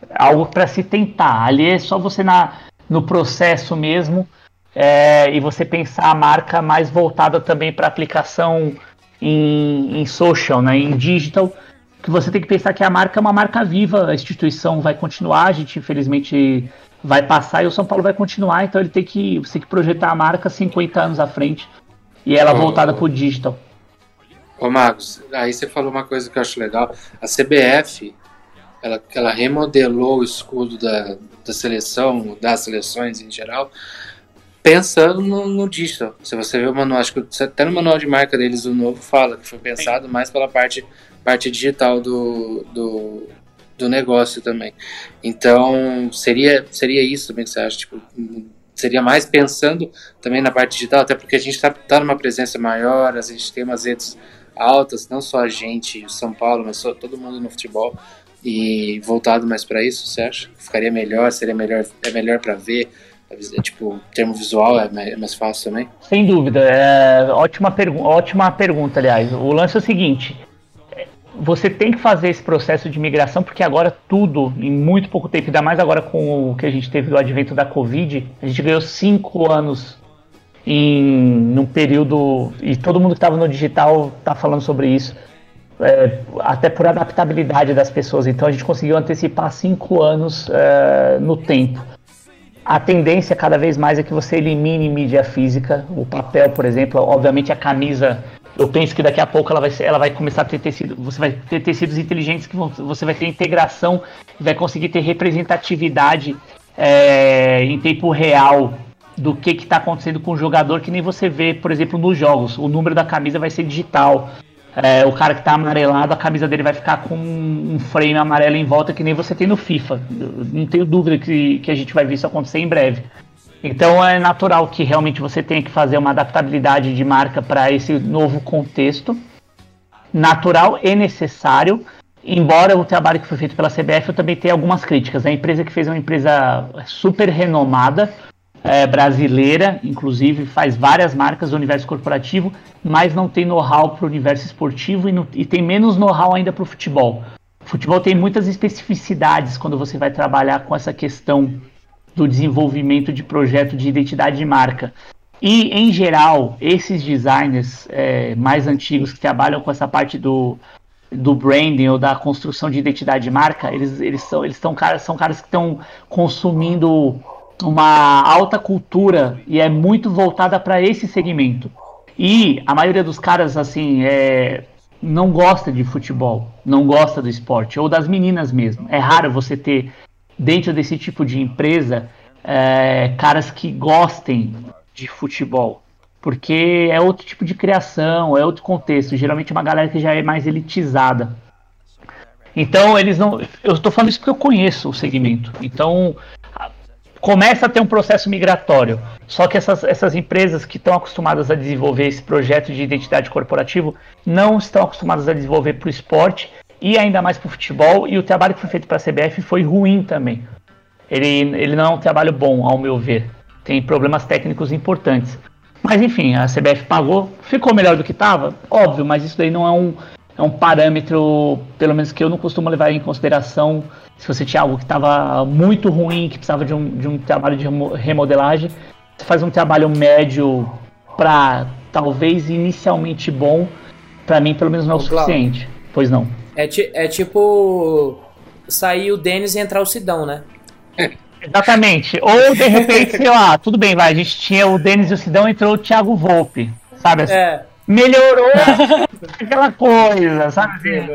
S8: algo para se tentar. Ali é só você no processo mesmo, e você pensar a marca mais voltada também para aplicação em social, né, em digital, que você tem que pensar que a marca é uma marca viva, a instituição vai continuar, a gente infelizmente vai passar e o São Paulo vai continuar, então você tem que projetar a marca 50 anos à frente e ela voltada para o digital.
S7: Ô Marcos, aí você falou uma coisa que eu acho legal, a CBF, ela remodelou o escudo da seleção, das seleções em geral, pensando no digital. Se você vê o manual, acho que até no manual de marca deles, o novo fala que foi pensado mais pela parte digital do negócio também. Então, seria isso também que você acha? Tipo, seria mais pensando também na parte digital, até porque a gente tá numa presença maior, a gente tem umas redes altas, não só a gente, o São Paulo, mas todo mundo no futebol, e voltado mais para isso, você acha? Ficaria melhor, seria melhor, é melhor para ver, tipo, termo visual é mais fácil também?
S8: Sem dúvida, ótima pergunta, aliás. O lance é o seguinte, você tem que fazer esse processo de migração, porque agora tudo, em muito pouco tempo, ainda mais agora com o que a gente teve do advento da Covid, a gente ganhou 5 anos num período, e todo mundo que estava no digital está falando sobre isso, até por adaptabilidade das pessoas. Então a gente conseguiu antecipar 5 anos no tempo. A tendência cada vez mais é que você elimine mídia física, o papel, por exemplo. Obviamente a camisa, eu penso que daqui a pouco ela vai começar a ter tecido, você vai ter tecidos inteligentes que você vai ter integração, vai conseguir ter representatividade em tempo real do que está acontecendo com o jogador, que nem você vê, por exemplo, nos jogos. O número da camisa vai ser digital. O cara que está amarelado, a camisa dele vai ficar com um frame amarelo em volta, que nem você tem no FIFA. Eu não tenho dúvida que a gente vai ver isso acontecer em breve. Então é natural que realmente você tenha que fazer uma adaptabilidade de marca para esse novo contexto. Natural e necessário. Embora o trabalho que foi feito pela CBF, eu também tenho algumas críticas. A empresa que fez é uma empresa super renomada, brasileira, inclusive faz várias marcas do universo corporativo, mas não tem know-how para o universo esportivo e tem menos know-how ainda para o futebol. O futebol tem muitas especificidades quando você vai trabalhar com essa questão do desenvolvimento de projeto de identidade de marca. E, em geral, esses designers mais antigos que trabalham com essa parte do branding ou da construção de identidade de marca, são caras que estão consumindo uma alta cultura e é muito voltada para esse segmento. E a maioria dos caras, assim, não gosta de futebol, não gosta do esporte, ou das meninas mesmo. É raro você ter, dentro desse tipo de empresa, caras que gostem de futebol, porque é outro tipo de criação, é outro contexto. Geralmente é uma galera que já é mais elitizada. Então, eles não... Eu estou falando isso porque eu conheço o segmento. Então, começa a ter um processo migratório. Só que essas empresas que estão acostumadas a desenvolver esse projeto de identidade corporativa não estão acostumadas a desenvolver para o esporte e ainda mais para o futebol. E o trabalho que foi feito para a CBF foi ruim também. Ele não é um trabalho bom, ao meu ver. Tem problemas técnicos importantes. Mas enfim, a CBF pagou. Ficou melhor do que estava? Óbvio, mas isso daí não é um parâmetro, pelo menos que eu não costumo levar em consideração. Se você tinha algo que estava muito ruim, que precisava de um trabalho de remodelagem, você faz um trabalho médio para talvez inicialmente bom, para mim pelo menos não é o suficiente. Pois não.
S2: É tipo sair o Denis e entrar o Sidão, né?
S8: Exatamente. Ou de repente, sei lá, tudo bem, a gente tinha o Denis e o Sidão, entrou o Thiago Volpe, sabe assim? Melhorou aquela coisa, sabe?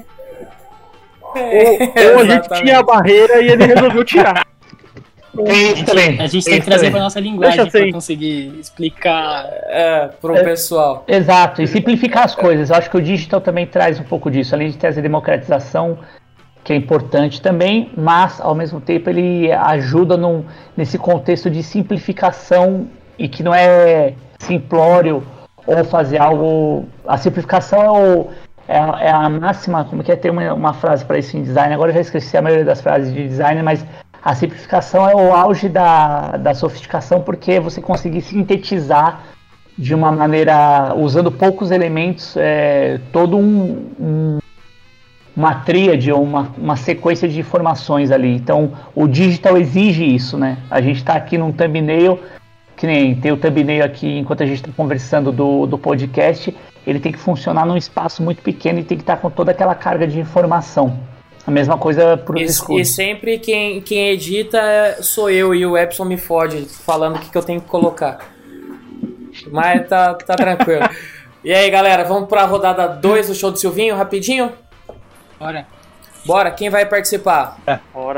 S3: Ou a gente tinha a barreira e ele resolveu tirar.
S5: A gente tem que trazer para nossa linguagem para conseguir explicar
S2: para o pessoal.
S8: Exato, e simplificar as coisas. Eu acho que o digital também traz um pouco disso, além de trazer democratização, que é importante também, mas ao mesmo tempo ele ajuda nesse contexto de simplificação e que não é simplório ou fazer algo. A simplificação é a máxima. Como que é? Tem uma frase para isso em design, agora eu já esqueci a maioria das frases de design, mas a simplificação é o auge da sofisticação, porque você conseguir sintetizar de uma maneira, usando poucos elementos, todo uma tríade ou uma sequência de informações ali. Então, o digital exige isso, né? A gente está aqui num thumbnail, que nem tem o thumbnail aqui enquanto a gente está conversando do podcast, ele tem que funcionar num espaço muito pequeno e tem que estar com toda aquela carga de informação. A mesma coisa para os escudos.
S2: E sempre quem edita sou eu, e o Epson me fode falando o que eu tenho que colocar. Mas tá tranquilo. E aí, galera, vamos para a rodada 2 do show do Silvinho, rapidinho? Bora, quem vai participar?
S3: Bora.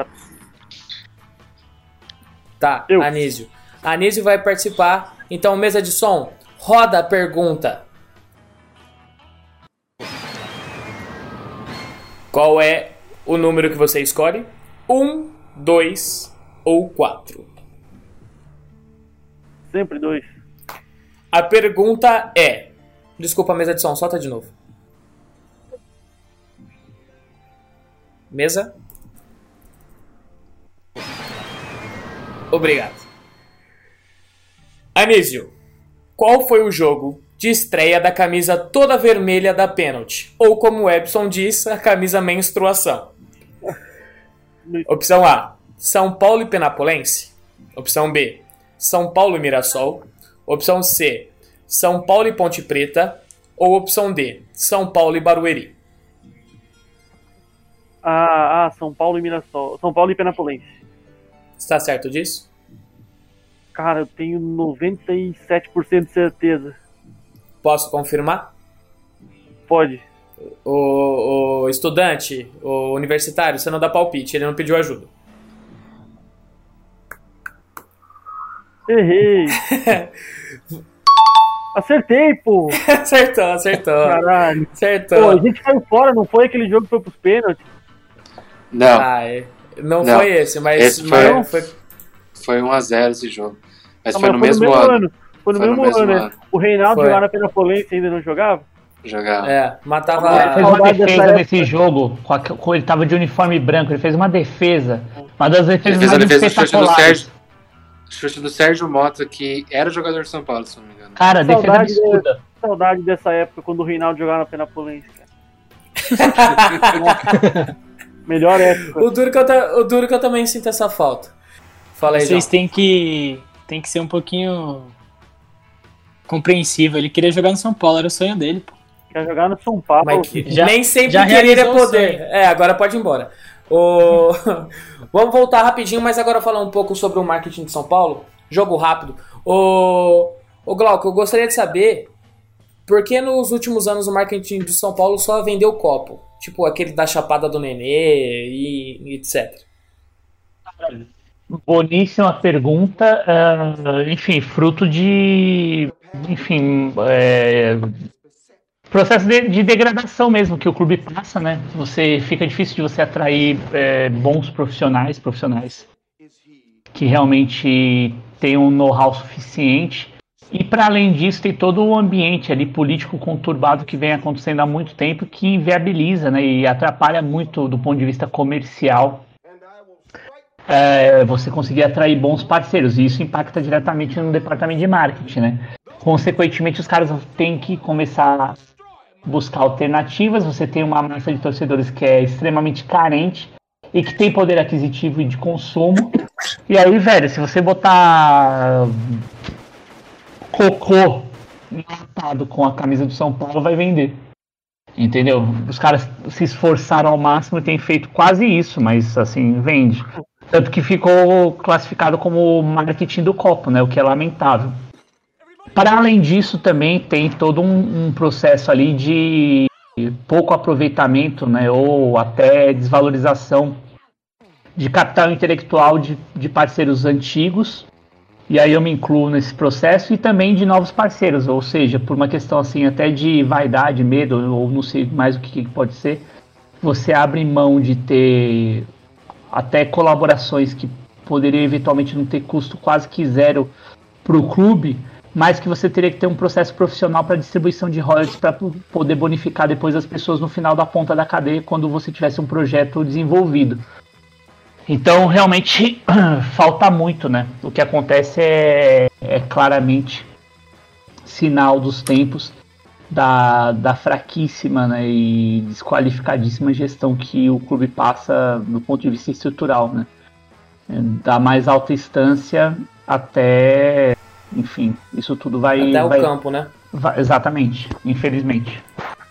S2: Tá, eu. Anísio. Anísio vai participar. Então, mesa de som, roda a pergunta. Qual é o número que você escolhe? 1, 2 ou 4?
S3: Sempre 2.
S2: A pergunta é... Desculpa, mesa de som, solta de novo. Mesa? Obrigado. Anísio, qual foi o jogo de estreia da camisa toda vermelha da Pênalti? Ou como o Epson diz, a camisa menstruação. Opção A, São Paulo e Penapolense. Opção B, São Paulo e Mirassol. Opção C, São Paulo e Ponte Preta. Ou opção D, São Paulo e Barueri.
S3: São Paulo e Mirassol. São Paulo e Penapolense.
S2: Está certo disso?
S3: Cara, eu tenho 97% de certeza.
S2: Posso confirmar?
S3: Pode.
S2: O estudante, o universitário, você não dá palpite, ele não pediu ajuda.
S3: Errei. Acertei, pô.
S2: Acertou.
S3: Caralho.
S2: Acertou.
S3: Pô, a gente caiu fora, não foi aquele jogo que foi pros pênaltis?
S7: Não.
S2: Não foi esse, mas...
S7: Esse foi 1-0 esse jogo. Mas foi no mesmo ano.
S3: Foi no mesmo ano, né? O Reinaldo lá na Penapolense ainda não jogava?
S7: Jogava.
S2: Matava...
S8: Ele fez uma defesa nesse jogo, ele tava de uniforme branco, ele fez uma defesa. Uma das defesas mais espetaculares.
S7: Chute do Sérgio Mota, que era jogador de São Paulo, se não me engano.
S8: Cara, defesa absurda.
S3: Saudade dessa época, quando o Reinaldo jogava na Penapolense, cara. Melhor época.
S2: O duro que eu também sinto essa falta. Fala aí,
S5: Vocês têm que ser um pouquinho compreensível. Ele queria jogar no São Paulo, era o sonho dele, pô.
S3: Quer jogar no São Paulo.
S2: Nem sempre querer é poder. Agora pode ir embora. Vamos voltar rapidinho, mas agora falar um pouco sobre o marketing de São Paulo. Jogo rápido. O Glauco, eu gostaria de saber por que nos últimos anos o marketing de São Paulo só vendeu copo. Tipo aquele da Chapada do Nenê e etc.
S8: Boníssima pergunta. Enfim, fruto de... processo de degradação mesmo que o clube passa, né? Fica difícil de você atrair bons profissionais que realmente tenham um know-how suficiente. E para além disso tem todo o ambiente ali político conturbado que vem acontecendo há muito tempo, que inviabiliza, né, e atrapalha muito do ponto de vista comercial você conseguir atrair bons parceiros, e isso impacta diretamente no departamento de marketing, né? Consequentemente, os caras têm que começar a buscar alternativas. Você tem uma massa de torcedores que é extremamente carente e que tem poder aquisitivo e de consumo. E aí, velho, se você botar cocô enlatado com a camisa do São Paulo, vai vender. Entendeu? Os caras se esforçaram ao máximo e têm feito quase isso, mas assim, vende. Tanto que ficou classificado como marketing do copo, né? O que é lamentável. Para além disso, também tem todo um processo ali de pouco aproveitamento, né, ou até desvalorização de capital intelectual de parceiros antigos, e aí eu me incluo nesse processo, e também de novos parceiros, ou seja, por uma questão assim até de vaidade, medo, ou não sei mais o que pode ser, você abre mão de ter até colaborações que poderiam eventualmente não ter custo quase que zero para o clube, mas que você teria que ter um processo profissional para distribuição de royalties para poder bonificar depois as pessoas no final da ponta da cadeia quando você tivesse um projeto desenvolvido. Então, realmente, falta muito, né? O que acontece é claramente sinal dos tempos da fraquíssima, né, e desqualificadíssima gestão que o clube passa do ponto de vista estrutural, né? Da mais alta instância até, enfim, isso tudo vai...
S2: Até o campo, né?
S8: Exatamente, infelizmente.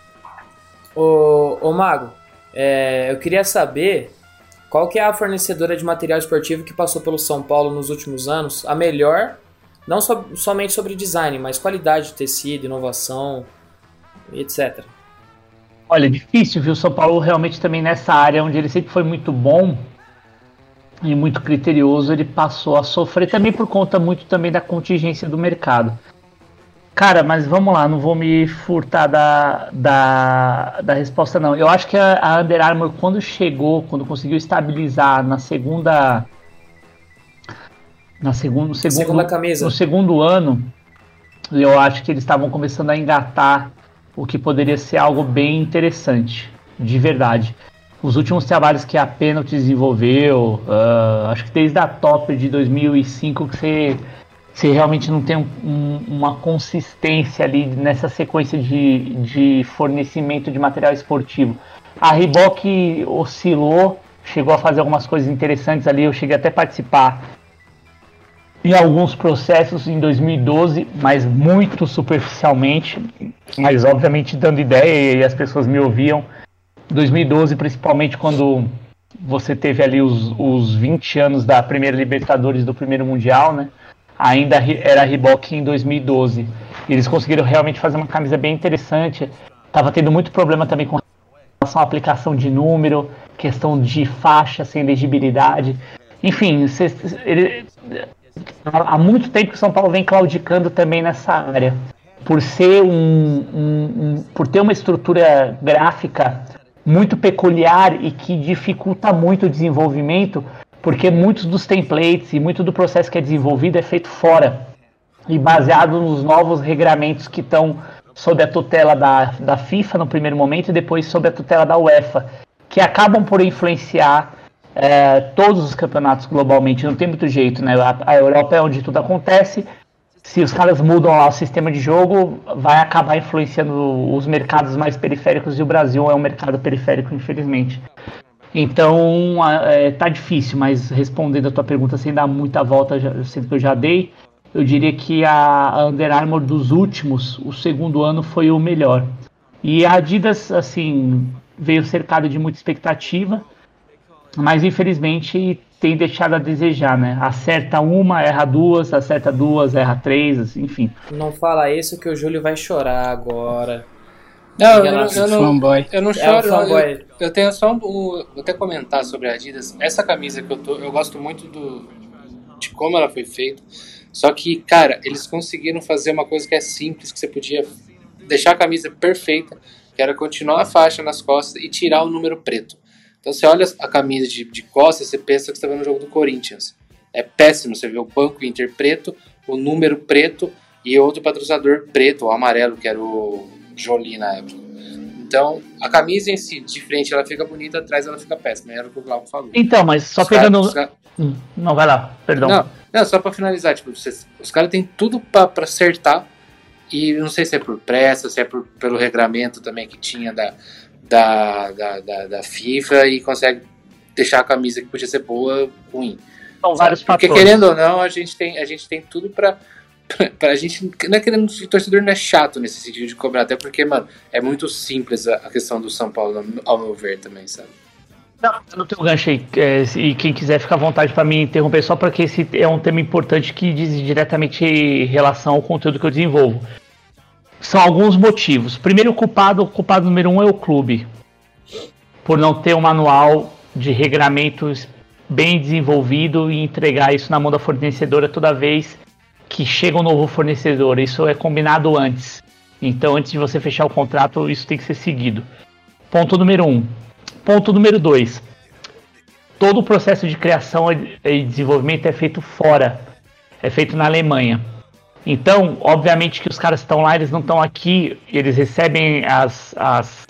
S2: Ô Mago, eu queria saber qual que é a fornecedora de material esportivo que passou pelo São Paulo nos últimos anos, a melhor, não somente sobre design, mas qualidade de tecido, inovação, etc.
S8: Olha, difícil, viu? São Paulo realmente também nessa área onde ele sempre foi muito bom e muito criterioso, ele passou a sofrer também por conta muito também da contingência do mercado. Cara, mas vamos lá, não vou me furtar da resposta não. Eu acho que a Under Armour, quando conseguiu estabilizar segunda camisa, no segundo ano, eu acho que eles estavam começando a engatar o que poderia ser algo bem interessante, de verdade. Os últimos trabalhos que a Penalty desenvolveu, acho que desde a Top de 2005 que você realmente não tem uma consistência ali nessa sequência de fornecimento de material esportivo. A Reebok oscilou, chegou a fazer algumas coisas interessantes ali, eu cheguei até a participar em alguns processos em 2012, mas muito superficialmente, mas obviamente dando ideia e as pessoas me ouviam. 2012, principalmente quando você teve ali os 20 anos da primeira Libertadores, do primeiro Mundial, né? Ainda era a Reebok em 2012. E eles conseguiram realmente fazer uma camisa bem interessante. Tava tendo muito problema também com relação à aplicação de número, questão de faixa sem legibilidade. Enfim, há muito tempo que o São Paulo vem claudicando também nessa área. Por ser por ter uma estrutura gráfica muito peculiar e que dificulta muito o desenvolvimento, porque muitos dos templates e muito do processo que é desenvolvido é feito fora e baseado nos novos regramentos que estão sob a tutela da FIFA no primeiro momento e depois sob a tutela da UEFA, que acabam por influenciar todos os campeonatos globalmente. Não tem muito jeito, né? A Europa é onde tudo acontece. Se os caras mudam lá o sistema de jogo, vai acabar influenciando os mercados mais periféricos, e o Brasil é um mercado periférico, infelizmente. Então, tá difícil, mas respondendo a tua pergunta sem dar muita volta, sendo que eu já dei, eu diria que a Under Armour dos últimos, o segundo ano foi o melhor. E a Adidas, assim, veio cercada de muita expectativa, mas infelizmente tem deixado a desejar, né? Acerta uma, erra duas, acerta duas, erra três, enfim.
S2: Não fala isso que o Júlio vai chorar agora.
S5: Não, eu não choro.
S2: Eu
S5: tenho só vou até comentar sobre a Adidas. Essa camisa que eu gosto muito de como ela foi feita. Só que, cara, eles conseguiram fazer uma coisa que é simples, que você podia deixar a camisa perfeita, que era continuar a faixa nas costas e tirar o número preto. Então você olha a camisa de costas, você pensa que você está vendo o jogo do Corinthians. É péssimo, você vê o Banco Inter preto, o número preto e outro patrocinador preto, ou amarelo, que era o Jolie na época. Então, a camisa em si, de frente, ela fica bonita, atrás ela fica péssima. Era o que o Glauco falou.
S8: Então, mas só pegando... Não, vai lá, perdão.
S5: Não, só pra finalizar, tipo, os caras têm tudo pra acertar, e não sei se é por pressa, se é pelo regramento também que tinha da FIFA, e consegue deixar a camisa que podia ser boa, ruim.
S8: São vários fatores.
S5: Porque, querendo ou não, a gente tem tudo pra gente, não é querendo, o torcedor não é chato nesse sentido de cobrar, até porque, mano, é muito simples a questão do São Paulo, ao meu ver também, sabe?
S8: Não tem um gancho aí, e quem quiser fica à vontade para me interromper, só porque esse é um tema importante que diz diretamente em relação ao conteúdo que eu desenvolvo. São alguns motivos. Primeiro, o culpado número 1 é o clube, por não ter um manual de regramentos bem desenvolvido e entregar isso na mão da fornecedora toda vez que chega um novo fornecedor. Isso é combinado antes. Então, antes de você fechar o contrato, isso tem que ser seguido. Ponto número 1. Ponto número 2. Todo o processo de criação e desenvolvimento é feito fora. É feito na Alemanha. Então, obviamente que os caras estão lá, eles não estão aqui, eles recebem as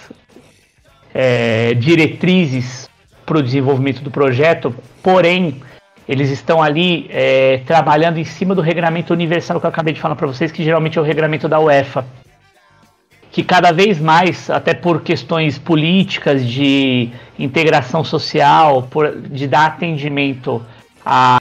S8: diretrizes para o desenvolvimento do projeto, porém, eles estão ali trabalhando em cima do regramento universal que eu acabei de falar para vocês, que geralmente é o regramento da UEFA, que cada vez mais, até por questões políticas de integração social, de dar atendimento a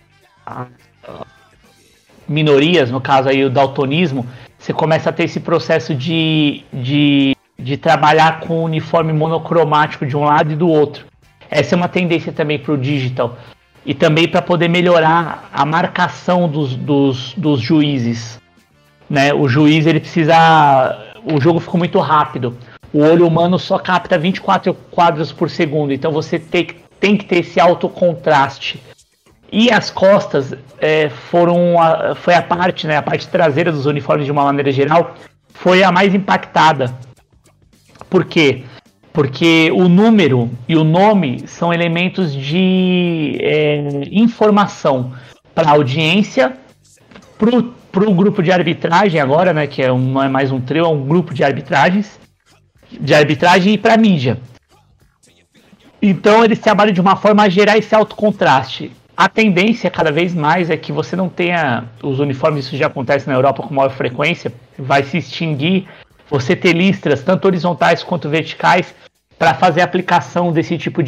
S8: minorias, no caso aí o daltonismo, você começa a ter esse processo de trabalhar com uniforme monocromático de um lado e do outro. Essa é uma tendência também para o digital. E também para poder melhorar a marcação dos juízes. Né? O juiz, ele precisa... O jogo ficou muito rápido. O olho humano só capta 24 quadros por segundo. Então você tem que ter esse alto contraste. E as costas foi a parte, né, a parte traseira dos uniformes de uma maneira geral, foi a mais impactada. Por quê? Porque o número e o nome são elementos de informação para a audiência, para o grupo de arbitragem agora, né, que não é mais um trio, é um grupo de arbitragem e para a mídia. Então eles trabalham de uma forma a gerar esse alto contraste. A tendência cada vez mais é que você não tenha os uniformes, isso já acontece na Europa com maior frequência, vai se extinguir você ter listras tanto horizontais quanto verticais para fazer a aplicação desse tipo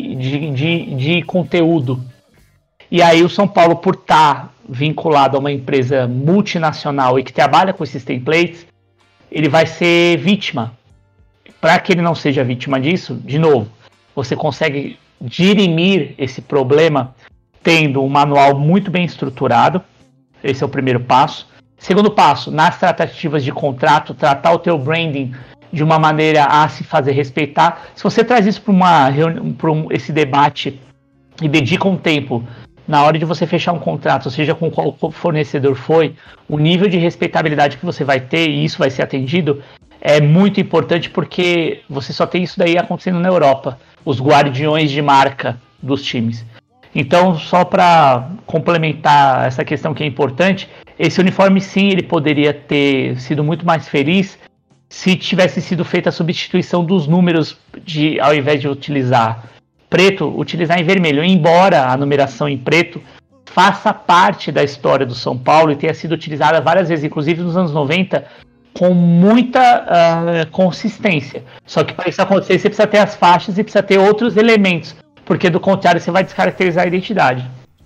S8: de conteúdo. E aí o São Paulo, por estar vinculado a uma empresa multinacional e que trabalha com esses templates, ele vai ser vítima. Para que ele não seja vítima disso, de novo, você consegue dirimir esse problema tendo um manual muito bem estruturado. Esse é o primeiro passo. Segundo passo, nas tratativas de contrato, tratar o teu branding de uma maneira a se fazer respeitar. Se você traz isso para esse debate e dedica um tempo na hora de você fechar um contrato, seja com qual fornecedor foi, o nível de respeitabilidade que você vai ter, e isso vai ser atendido, é muito importante, porque você só tem isso daí acontecendo na Europa, os guardiões de marca dos times. Então, só para complementar essa questão que é importante, esse uniforme sim, ele poderia ter sido muito mais feliz se tivesse sido feita a substituição dos números, ao invés de utilizar preto, utilizar em vermelho, embora a numeração em preto faça parte da história do São Paulo e tenha sido utilizada várias vezes, inclusive nos anos 90, com muita consistência. Só que para isso acontecer, você precisa ter as faixas e precisa ter outros elementos, porque do contrário você vai descaracterizar a identidade.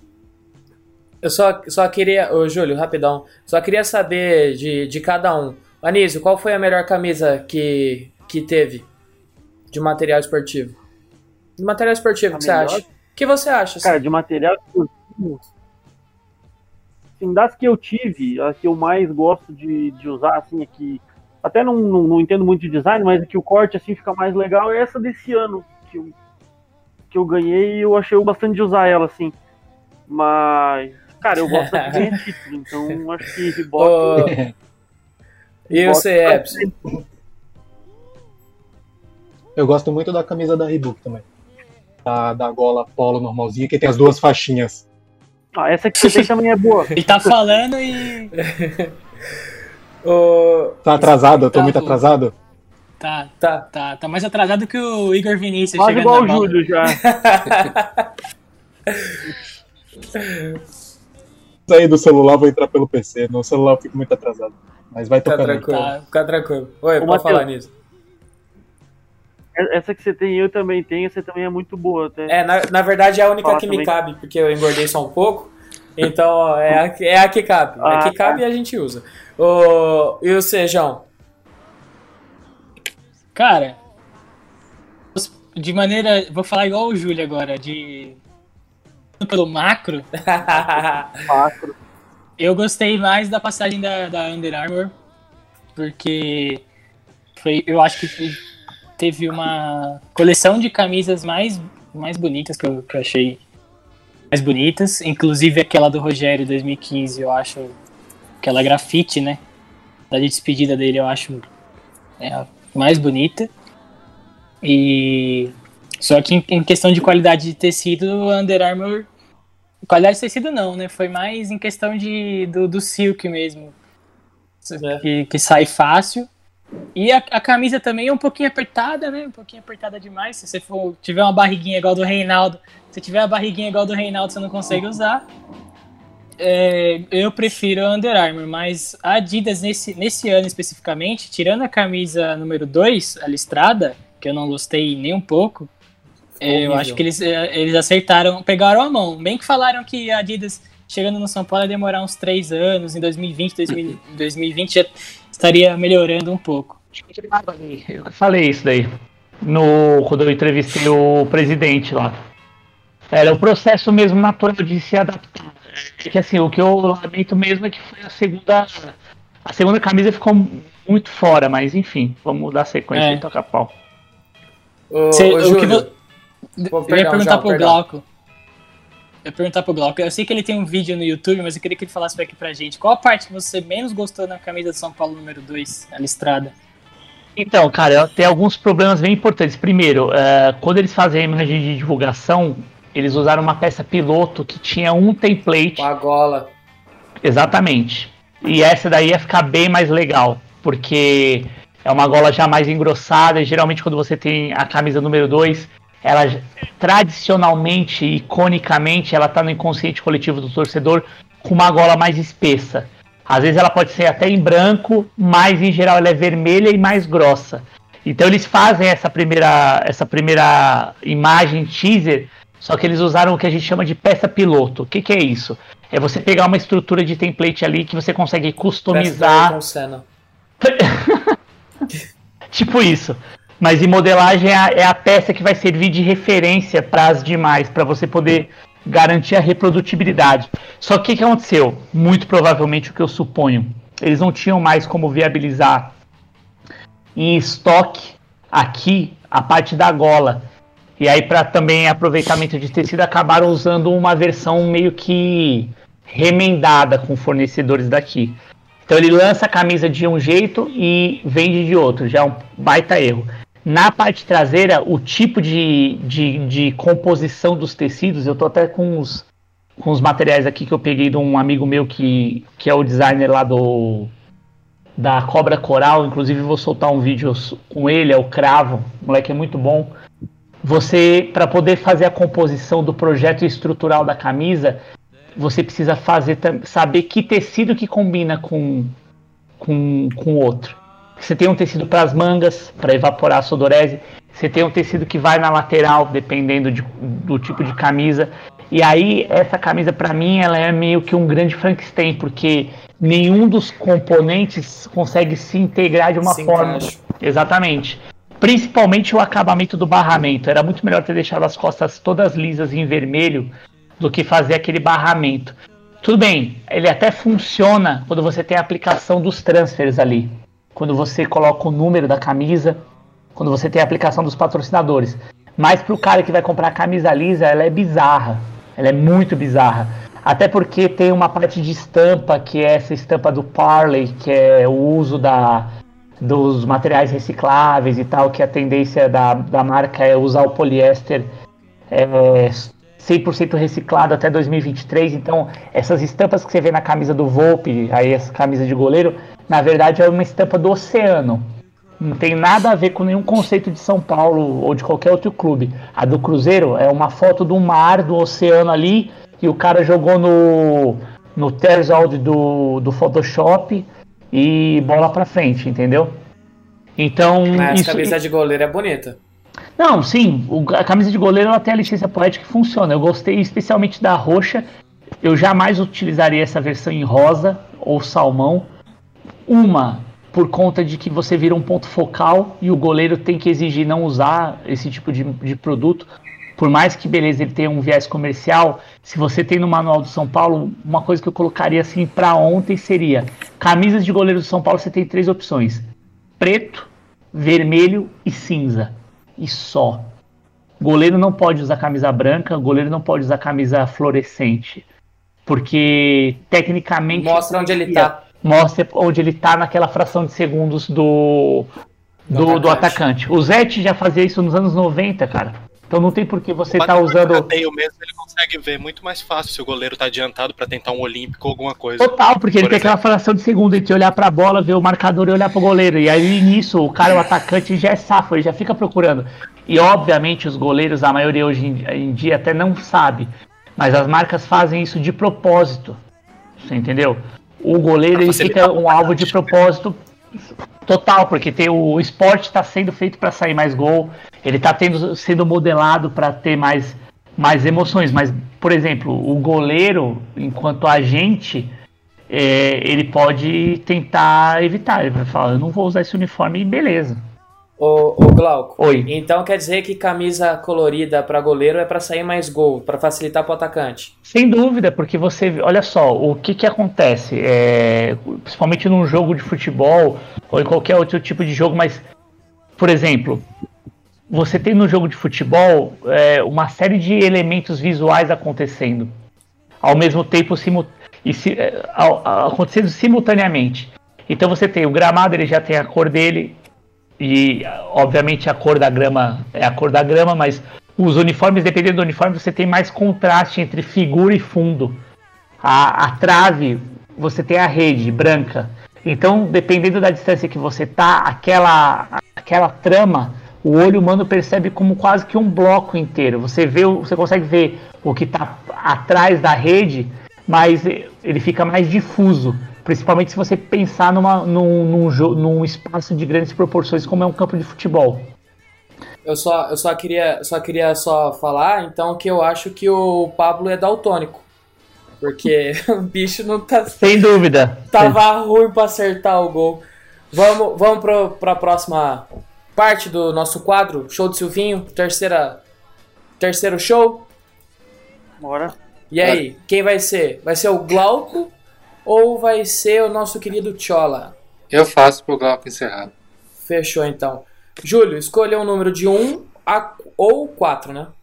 S2: Eu só queria... Ô, Júlio, rapidão. Só queria saber de cada um. Anísio, qual foi a melhor camisa que teve de material esportivo? De material esportivo, o que você acha? O que você acha?
S3: Cara, de material esportivo... Assim, das que eu tive, a que eu mais gosto de usar, assim, é que... Até não entendo muito de design, mas é que o corte, assim, fica mais legal. É essa desse ano que eu ganhei e eu achei bastante de usar ela, assim. Mas... Cara, eu gosto de ganhar título, então acho que Reebok...
S2: E o CEPS?
S6: Eu gosto muito da camisa da Reebok também. Da gola polo normalzinha, que tem as duas faixinhas.
S3: Ah, essa que você tem também é boa.
S9: Ele tá falando e...
S6: Tá atrasado? Eu tô muito atrasado?
S9: Tá mais atrasado que o Igor Vinícius.
S3: Quase igual o Júlio já.
S6: Sair do celular, vou entrar pelo PC. No celular eu fico muito atrasado. Mas vai tocando.
S2: Fica tranquilo. Oi, pode falar nisso.
S3: Essa que você tem, eu também tenho. Essa também é muito boa. Até.
S2: Na verdade é a única que me cabe, porque eu engordei só um pouco. Então é a que cabe. É a que cabe e a gente usa. E o Sejão?
S9: Cara, de maneira... Vou falar igual o Júlio agora, pelo macro. Eu gostei mais da passagem da Under Armour, porque eu acho que teve uma coleção de camisas mais bonitas que eu achei mais bonitas, inclusive aquela do Rogério 2015, eu acho, aquela grafite, né, da despedida dele, eu acho a mais bonita. E só que em questão de qualidade de tecido, a Under Armour, qualidade de tecido não, né? Foi mais em questão do silk mesmo, que sai fácil. E a camisa também é um pouquinho apertada, né? Um pouquinho apertada demais. Se você tiver uma barriguinha igual do Reinaldo, você não consegue usar. Eu prefiro a Under Armour, mas a Adidas nesse ano especificamente, tirando a camisa número 2, a listrada, que eu não gostei nem um pouco, eu acho que eles acertaram, pegaram a mão. Bem que falaram que a Adidas chegando no São Paulo ia demorar uns 3 anos, em 2020 já estaria melhorando um pouco.
S8: Eu falei isso daí quando eu entrevistei o presidente lá. Era o processo mesmo natural de se adaptar. Que assim, o que eu lamento mesmo é que foi a segunda camisa ficou muito fora, mas enfim, vamos dar sequência e tocar pau.
S9: Eu ia perguntar pro Glauco. Eu sei que ele tem um vídeo no YouTube, mas eu queria que ele falasse aqui pra gente. Qual a parte que você menos gostou na camisa de São Paulo número 2, a listrada?
S8: Então, cara, tem alguns problemas bem importantes. Primeiro, quando eles fazem a imagem de divulgação, eles usaram uma peça piloto que tinha um template.
S2: Com a gola.
S8: Exatamente. E essa daí ia ficar bem mais legal, porque é uma gola já mais engrossada, e geralmente quando você tem a camisa número 2, ela tradicionalmente, iconicamente, ela tá no inconsciente coletivo do torcedor com uma gola mais espessa. Às vezes ela pode ser até em branco, mas em geral ela é vermelha e mais grossa. Então eles fazem essa primeira imagem teaser, só que eles usaram o que a gente chama de peça piloto. O que é isso? É você pegar uma estrutura de template ali que você consegue customizar. Tipo isso. Mas em modelagem é a peça que vai servir de referência para as demais, para você poder garantir a reprodutibilidade. Só que o que aconteceu? Muito provavelmente o que eu suponho. Eles não tinham mais como viabilizar em estoque aqui a parte da gola. E aí, para também aproveitamento de tecido, acabaram usando uma versão meio que remendada com fornecedores daqui. Então ele lança a camisa de um jeito e vende de outro, já é um baita erro. Na parte traseira, o tipo de composição dos tecidos, eu tô até com os materiais aqui que eu peguei de um amigo meu que é o designer lá da Cobra Coral, inclusive vou soltar um vídeo com ele, é o Cravo, o moleque é muito bom. Você, para poder fazer a composição do projeto estrutural da camisa, você precisa saber que tecido que combina com o outro. Você tem um tecido para as mangas, para evaporar a sudorese. Você tem um tecido que vai na lateral, dependendo do tipo de camisa. E aí, essa camisa, para mim, ela é meio que um grande Frankenstein, porque nenhum dos componentes consegue se integrar de uma forma. Exatamente. Principalmente o acabamento do barramento. Era muito melhor ter deixado as costas todas lisas em vermelho do que fazer aquele barramento. Tudo bem, ele até funciona quando você tem a aplicação dos transfers ali. Quando você coloca o número da camisa, quando você tem a aplicação dos patrocinadores. Mas para o cara que vai comprar a camisa lisa, ela é bizarra. Ela é muito bizarra. Até porque tem uma parte de estampa, que é essa estampa do Parley, que é o uso dos materiais recicláveis e tal, que a tendência da marca é usar o poliéster 100% reciclado até 2023. Então, essas estampas que você vê na camisa do Volpe, aí essa camisa de goleiro, na verdade é uma estampa do oceano. Não tem nada a ver com nenhum conceito de São Paulo ou de qualquer outro clube. A do Cruzeiro é uma foto do mar, do oceano ali, e o cara jogou no Terzald do Photoshop e bola pra frente, entendeu? Então,
S2: mas a camisa de goleiro é bonita.
S8: Não, sim, a camisa de goleiro ela tem a licença poética que funciona. Eu gostei especialmente da roxa. Eu jamais utilizaria essa versão em rosa ou salmão. Por conta de que você vira um ponto focal e o goleiro tem que exigir não usar esse tipo de produto. Por mais que, beleza, ele tenha um viés comercial, se você tem no manual do São Paulo, uma coisa que eu colocaria assim para ontem seria: camisas de goleiro do São Paulo você tem 3 opções: preto, vermelho e cinza. E só. Goleiro não pode usar camisa branca, goleiro não pode usar camisa fluorescente. Porque, tecnicamente...
S2: Mostra onde ele tá.
S8: Mostra onde ele tá naquela fração de segundos do atacante. O Zete já fazia isso nos anos 90, cara. Então não tem por que você tá usando...
S10: O mesmo, ele consegue ver muito mais fácil se o goleiro tá adiantado pra tentar um olímpico ou alguma coisa.
S8: Total, porque ele tem aquela fração de segundo entre olhar pra bola, ver o marcador e olhar pro goleiro. E aí nisso, o cara, o atacante, já é safo, ele já fica procurando. E obviamente os goleiros, a maioria hoje em dia até não sabe. Mas as marcas fazem isso de propósito. Você entendeu? O goleiro ele fica um alvo de propósito total, porque o esporte está sendo feito para sair mais gol, ele está sendo modelado para ter mais emoções. Mas, por exemplo, o goleiro, enquanto agente, ele pode tentar evitar. Ele vai falar, eu não vou usar esse uniforme e beleza.
S2: Ô Glauco,
S8: oi.
S2: Então quer dizer que camisa colorida para goleiro é para sair mais gol, para facilitar para o atacante?
S8: Sem dúvida, porque olha só, o que acontece, principalmente num jogo de futebol ou em qualquer outro tipo de jogo, mas, por exemplo, você tem no jogo de futebol uma série de elementos visuais acontecendo ao mesmo tempo acontecendo simultaneamente. Então você tem o gramado, ele já tem a cor dele. E, obviamente, a cor da grama é a cor da grama, mas os uniformes, dependendo do uniforme, você tem mais contraste entre figura e fundo. A trave, você tem a rede branca. Então, dependendo da distância que você tá, aquela trama, o olho humano percebe como quase que um bloco inteiro. Você consegue ver o que está atrás da rede, mas ele fica mais difuso. Principalmente se você pensar num espaço de grandes proporções como é um campo de futebol.
S2: Eu só queria falar, então, que eu acho que o Pablo é daltônico. Porque o bicho não tá...
S8: Sem dúvida.
S2: Tava ruim pra acertar o gol. Vamos pra próxima parte do nosso quadro, Show de Silvinho, terceiro show.
S3: Bora.
S2: E aí, quem vai ser? Vai ser o Glauco ou vai ser o nosso querido Chola?
S5: Eu faço pro Glauco encerrar.
S2: Fechou, então. Júlio, escolha um número de 1 ou 4, né?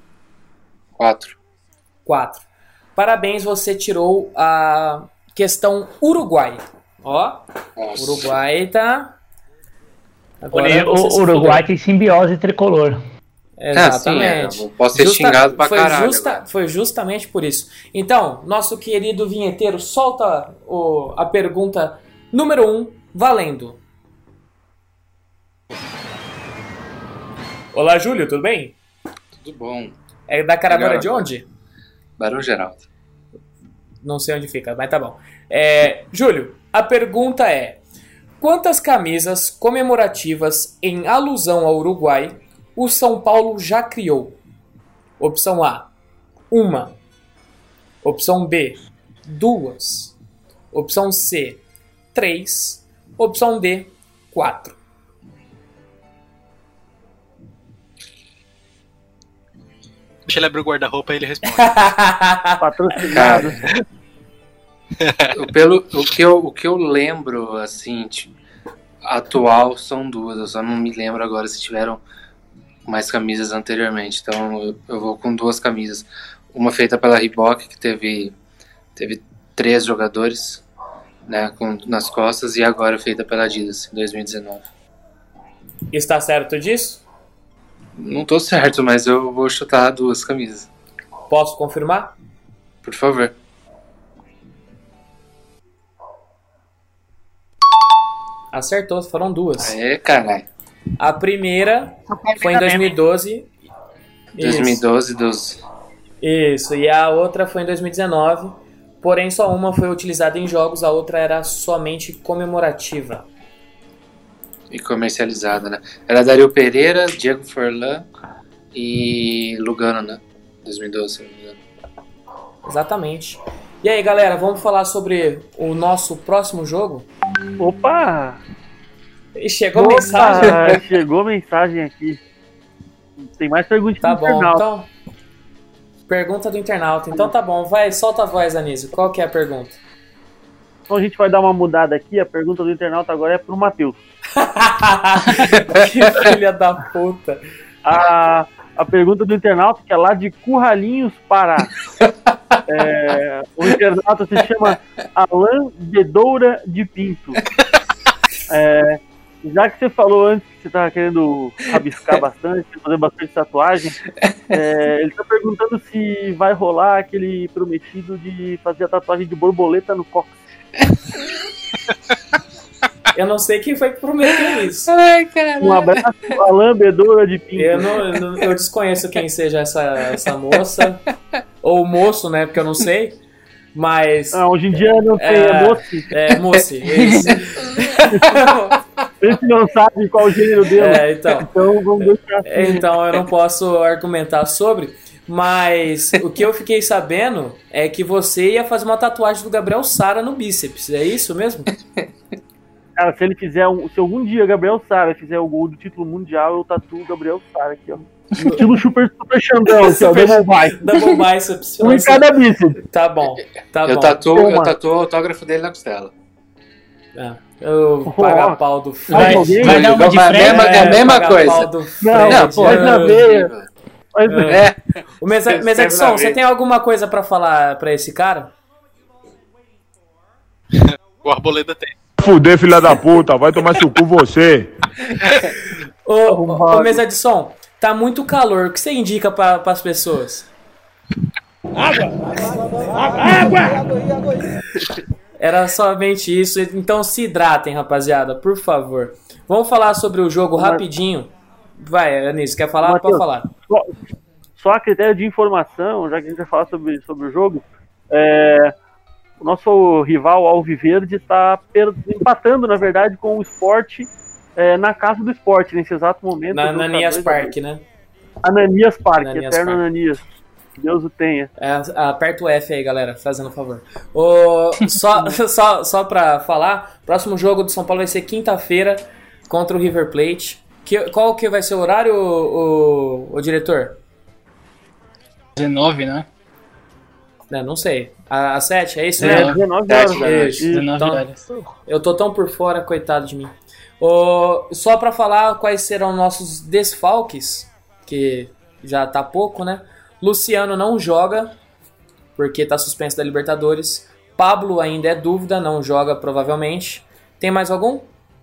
S5: 4.
S2: 4. Parabéns, você tirou a questão Uruguai. Ó,
S5: Nossa.
S2: Uruguai tá...
S8: Agora o Uruguai tem simbiose tricolor.
S2: Exatamente.
S5: Sim, posso ser xingado pra caralho.
S2: Foi justamente por isso. Então, nosso querido vinheteiro, solta a pergunta número 1, valendo. Olá, Júlio, tudo bem?
S5: Tudo bom.
S2: É da caravana de onde?
S5: Barão Geraldo.
S2: Não sei onde fica, mas tá bom. Júlio, a pergunta é: quantas camisas comemorativas em alusão ao Uruguai o São Paulo já criou? Opção A, 1. Opção B, 2. Opção C, 3. Opção D, 4.
S10: Deixa ele abrir o guarda-roupa e ele responde.
S3: Patrocinado.
S5: O que eu lembro, assim, atual são 2. Eu só não me lembro agora se tiveram mais camisas anteriormente. Então eu vou com 2 camisas. Uma feita pela Reebok, que teve 3 jogadores, né, nas costas, e agora feita pela Adidas, em 2019.
S2: Está certo disso?
S5: Não tô certo, mas eu vou chutar 2 camisas.
S2: Posso confirmar?
S5: Por favor.
S2: Acertou, foram 2.
S5: Aê, caralho.
S2: A primeira foi em 2012.
S5: 2012, 12.
S2: Isso, e a outra foi em 2019. Porém, só uma foi utilizada em jogos, a outra era somente comemorativa.
S5: E comercializada, né? Era Dario Pereira, Diego Forlan e Lugano, né? 2012, se não me engano.
S2: Exatamente. E aí, galera, vamos falar sobre o nosso próximo jogo?
S3: Opa!
S2: E chegou mensagem?
S3: Chegou mensagem aqui. Tem mais perguntas do internauta.
S2: Então, pergunta do internauta. Então tá bom, vai, solta a voz, Anísio. Qual que é a pergunta?
S3: Então a gente vai dar uma mudada aqui. A pergunta do internauta agora é pro Matheus.
S2: Que filha da puta.
S3: A pergunta do internauta, que é lá de Curralinhos, Pará. O internauta se chama Alan Bedoura de Pinto. Já que você falou antes que você estava querendo rabiscar bastante, fazer bastante tatuagem, ele está perguntando se vai rolar aquele prometido de fazer a tatuagem de borboleta no cóccix.
S2: Eu não sei quem foi que prometeu isso.
S5: Ai, caralho.
S3: Um abraço, Alan Bedoura de Pinto.
S2: Eu desconheço quem seja essa moça. Ou moço, né? Porque eu não sei. Mas...
S3: hoje em dia não tem, é Moci.
S2: É, Moci, isso.
S3: Esse não sabe qual o gênero dele.
S2: Então
S3: vamos deixar assim.
S2: Então eu não posso argumentar sobre, mas o que eu fiquei sabendo é que você ia fazer uma tatuagem do Gabriel Sara no bíceps, é isso mesmo?
S3: Cara, se algum dia Gabriel Sara fizer o gol do título mundial, eu tatuo o Gabriel Sara aqui, ó. Estilo super Xandão, aqui, ó,
S2: double biceps.
S3: Um em cada bíceps.
S2: Tá bom.
S5: Eu tatuo o autógrafo dele na costela.
S2: Eu pagar pau do
S9: Fred. Vai dar uma de Fred.
S5: É a mesma coisa.
S3: Não, pode na veia.
S2: O Mezedson, você tem alguma coisa pra falar pra esse cara?
S10: O Arboleda tem.
S11: Fuder, filha da puta, vai tomar seu cu você.
S2: Ô Mezedson, tá muito calor, o que você indica pras pessoas? Água! Era somente isso, então se hidratem, rapaziada, por favor. Vamos falar sobre o jogo rapidinho. Vai, Anísio, quer falar?
S3: Mateus,
S2: pode falar.
S3: Só a critério de informação, já que a gente vai falar sobre o jogo, o nosso rival Alviverde está empatando, na verdade, com o Sport na casa do Sport, nesse exato momento.
S2: Na Ananias Park, né?
S3: Ananias Park, eterno Ananias. Deus o tenha.
S2: Aperta o F aí, galera, fazendo um favor. Só pra falar, próximo jogo do São Paulo vai ser quinta-feira contra o River Plate. Qual que vai ser o horário, o diretor?
S9: 19, né?
S2: Não sei. Às 7, é isso?
S3: 19 horas.
S9: 19 horas.
S2: Eu tô tão por fora, coitado de mim. Só pra falar quais serão nossos desfalques, que já tá pouco, né? Luciano não joga, porque tá suspenso da Libertadores. Pablo ainda é dúvida, não joga provavelmente. Tem mais algum?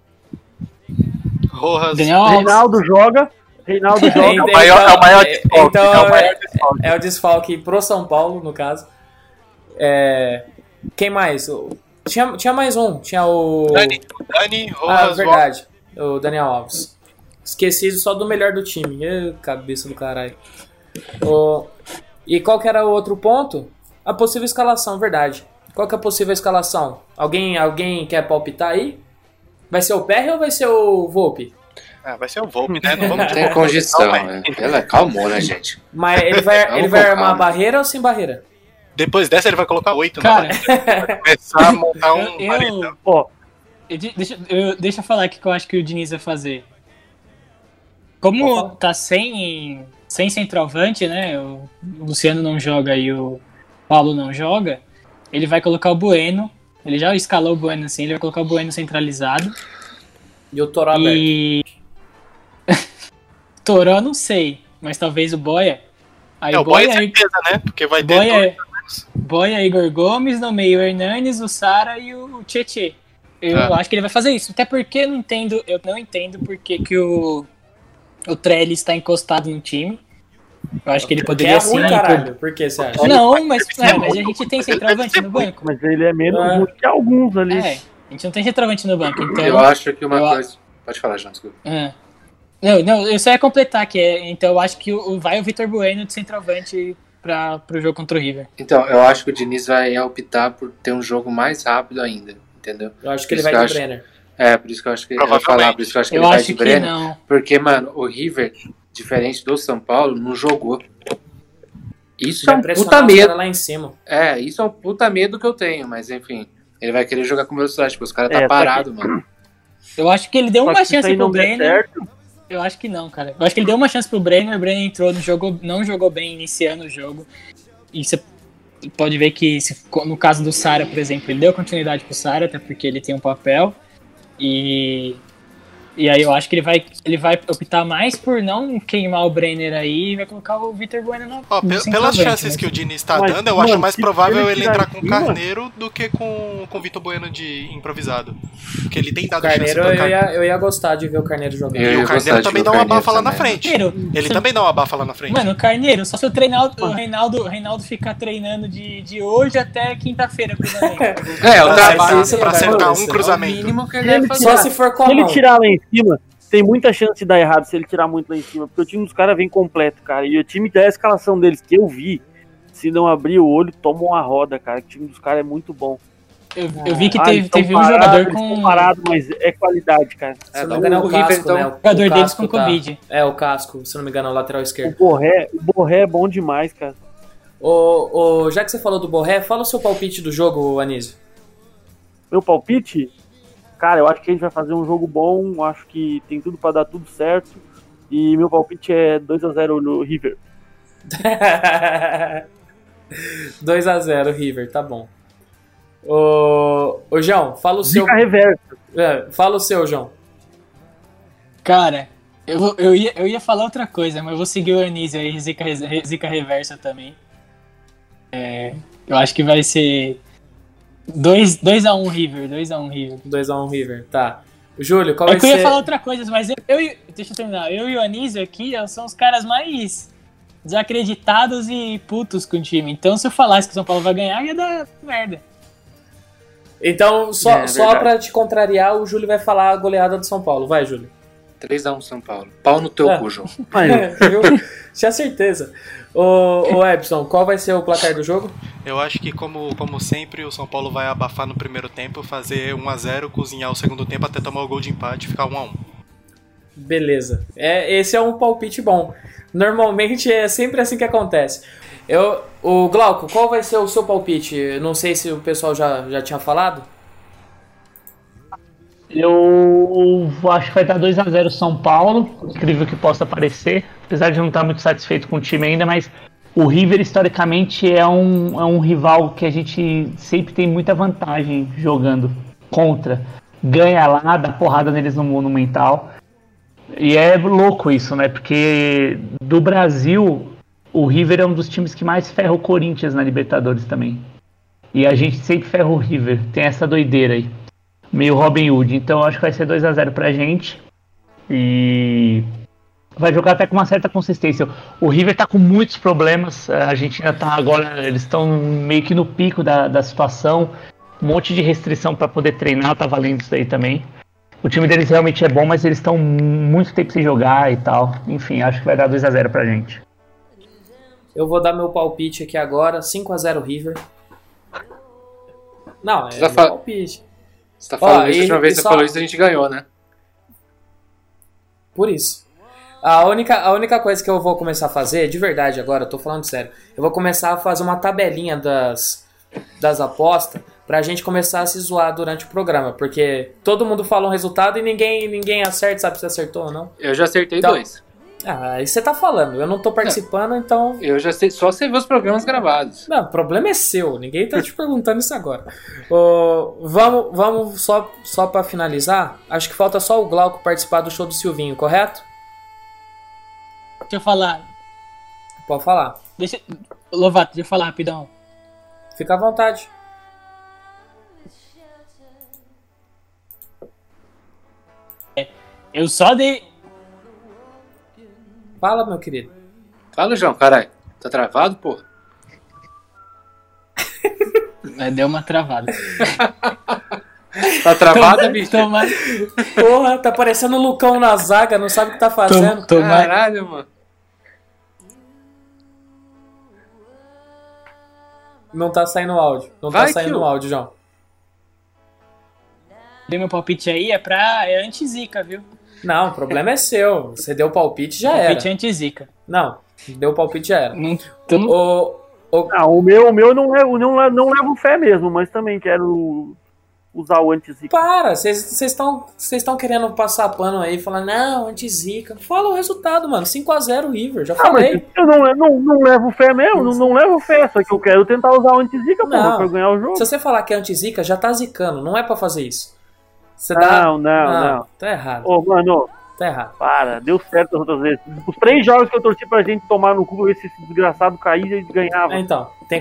S10: Rojas.
S3: Reinaldo joga.
S10: É o maior desfalque.
S2: Então é o desfalque pro São Paulo, no caso. Quem mais? Tinha mais um. Tinha o...
S10: Dani, Rojas.
S2: Verdade. O Daniel Alves. Esqueci só do melhor do time. Cabeça do caralho. E qual que era o outro ponto? A possível escalação, verdade. Qual que é a possível escalação? Alguém quer palpitar aí? Vai ser o Perry ou vai ser o Volpi?
S10: Vai ser o Volpi, né? Não vamos
S5: tem congestão, né? Ela calmou, né, gente?
S2: Mas ele vai armar a barreira ou sem barreira?
S10: Depois dessa ele vai colocar 8,
S9: cara.
S10: Vai começar a montar um paredão.
S9: Deixa eu falar o que eu acho que o Diniz vai fazer. Como tá sem centroavante, né? O Luciano não joga e o Paulo não joga. Ele vai colocar o Bueno. Ele já escalou o Bueno assim. Ele vai colocar o Bueno centralizado.
S2: E o Toró aberto.
S9: Toró não sei. Mas talvez o Boia. Aí
S10: o Boia é certeza, né? Porque vai ter
S9: Boia, Igor Gomes, no meio o Hernanes, o Sara e o Tietê. Eu acho que ele vai fazer isso. Até porque eu não entendo porque que o Trellis está encostado no time. Eu acho que ele poderia
S2: sim. Caralho. Por que você acha?
S9: Não, mas a gente tem centroavante no banco.
S3: Mas ele é menos ruim que alguns ali.
S9: A gente não tem centroavante no banco. Então,
S5: eu acho que uma coisa. Pode falar, João, desculpa.
S9: Não, eu só ia completar que então eu acho que vai o Vitor Bueno de centroavante pro jogo contra o River.
S5: Então, eu acho que o Diniz vai optar por ter um jogo mais rápido ainda, entendeu?
S2: Eu acho que ele vai de Brenner.
S5: Por isso que eu acho que ele vai falar, por isso que eu acho que ele vai de Brenner.
S9: Não.
S5: Porque, mano, o River, diferente do São Paulo, não jogou. Isso
S2: vai
S5: é um puta medo.
S2: Lá em cima.
S5: Isso é um puta medo que eu tenho, mas enfim, ele vai querer jogar com velocidade, porque os caras tá parado, mano.
S9: Eu acho que ele deu uma chance pro Brenner. Eu acho que não, cara. Eu acho que ele deu uma chance pro Brenner, o Brenner entrou no jogo, não jogou bem iniciando o jogo. E você pode ver que no caso do Sara, por exemplo, ele deu continuidade pro Sara, até porque ele tem um papel. E aí eu acho que ele vai optar mais por não queimar o Brenner aí e vai colocar o Vitor Bueno na
S10: pelas chances que o Diniz tá dando, eu acho mais provável ele entrar com o Carneiro do que com o Vitor Bueno de improvisado. Porque ele tem dado chance pro
S2: Carneiro. Eu ia gostar de ver o Carneiro jogando.
S10: E o Carneiro também dá uma abafa lá na frente. Ele também dá uma abafa lá na frente.
S9: Mano, o Carneiro, só se o Reinaldo ficar treinando de hoje até quinta-feira cruzamento.
S10: O trabalho pra acertar um cruzamento.
S2: Só se for com a mão.
S3: Se ele tirar lá em cima, tem muita chance de dar errado se ele tirar muito lá em cima, porque o time dos caras vem completo, cara, e o time da escalação deles que eu vi, se não abrir o olho, toma uma roda, cara. O time dos caras é muito bom.
S9: Eu vi que teve um jogador com...
S3: parado, mas é qualidade, cara.
S2: Se não me engano é o Casco, então, né?
S9: O jogador deles com Covid.
S2: É, o Casco, se não me engano, é o lateral esquerdo.
S3: O Borré é bom demais, cara.
S2: Já que você falou do Borré, fala o seu palpite do jogo, Anísio.
S3: Meu palpite? Cara, eu acho que a gente vai fazer um jogo bom, acho que tem tudo pra dar tudo certo. E meu palpite é 2-0 no River.
S2: 2-0 River, tá bom. Ô João, fala o seu.
S3: Zica reversa.
S2: Fala o seu, João.
S9: Cara, eu ia falar outra coisa, mas eu vou seguir o Anísio aí, Zica reversa também. Eu acho que vai ser 2-1 River.
S2: 2-1 River, tá. Júlio, qual vai ser?
S9: Eu ia falar outra coisa, mas deixa eu terminar. Eu e o Anísio aqui são os caras mais desacreditados e putos com o time. Então, se eu falasse que o São Paulo vai ganhar, ia dar merda.
S2: Então, só pra te contrariar, o Júlio vai falar a goleada do São Paulo. Vai, Júlio.
S5: 3-1 São Paulo. Pau no teu cu, João.
S2: Tinha certeza. Ô Epson, qual vai ser o placar do jogo?
S10: Eu acho que, como sempre, o São Paulo vai abafar no primeiro tempo, fazer 1-0, cozinhar o segundo tempo até tomar o gol de empate e ficar 1-1.
S2: Beleza. Esse é um palpite bom. Normalmente é sempre assim que acontece. O Glauco, qual vai ser o seu palpite? Não sei se o pessoal já tinha falado.
S8: Eu acho que vai dar 2-0 São Paulo, incrível que possa parecer, apesar de não estar muito satisfeito com o time ainda, mas o River historicamente é um rival que a gente sempre tem muita vantagem jogando contra. Ganha lá, dá porrada neles no Monumental. E é louco isso, né? Porque do Brasil, o River é um dos times que mais ferra o Corinthians na Libertadores também. E a gente sempre ferra o River, tem essa doideira aí. Meio Robin Hood, então eu acho que vai ser 2-0 pra gente. E vai jogar até com uma certa consistência. O River tá com muitos problemas. A Argentina tá agora, eles estão meio que no pico da situação. Um monte de restrição para poder treinar, tá valendo isso aí também. O time deles realmente é bom, mas eles estão muito tempo sem jogar e tal. Enfim, acho que vai dar 2-0 pra gente.
S2: Eu vou dar meu palpite aqui agora, 5-0 River. Não, é meu palpite.
S5: Você tá falando isso, a última vez que você falou isso, a gente ganhou, né?
S2: Por isso. A única coisa que eu vou começar a fazer, de verdade agora, eu tô falando sério, eu vou começar a fazer uma tabelinha das apostas pra gente começar a se zoar durante o programa, porque todo mundo fala um resultado e ninguém acerta, sabe se acertou ou não.
S5: Eu já acertei 2.
S2: Aí você tá falando, eu não tô participando, então...
S5: Eu já sei, só você ver os programas gravados.
S2: Não, o problema é seu, ninguém tá te perguntando isso agora. Vamos só pra finalizar, acho que falta só o Glauco participar do show do Silvinho, correto?
S9: Deixa eu falar.
S2: Pode falar.
S9: Lovato, deixa eu falar rapidão.
S2: Fica à vontade.
S9: Eu só dei...
S2: Fala, meu querido.
S5: Fala, João, caralho. Tá travado, porra?
S9: Deu uma travada.
S5: Tá travada, bicho?
S2: Porra, tá parecendo o Lucão na zaga, não sabe o que tá fazendo.
S5: Caralho, mano.
S2: Não tá saindo áudio. Não tá saindo áudio, João.
S9: Dei meu palpite aí, é anti-zica, viu?
S2: Não, o problema é seu. Você deu o palpite, já era.
S9: Palpite anti-zica.
S2: Não, deu o palpite, já era.
S3: O meu não levo fé mesmo, mas também quero usar o anti-zica.
S2: Para, vocês estão querendo passar pano aí, falando, não, anti-zica. Fala o resultado, mano. 5-0 River, já falei.
S3: Eu não levo fé mesmo, não levo fé, só que eu quero tentar usar o anti-zica pra ganhar o jogo.
S2: Se você falar que é anti-zica, já tá zicando, não é pra fazer isso.
S3: Não.
S2: Tá errado.
S3: Ô, mano.
S2: Tá errado.
S3: Para, deu certo as outras vezes. Os 3 jogos que eu torci pra gente tomar no cu, esse desgraçado caía e ganhava.
S2: Então, tem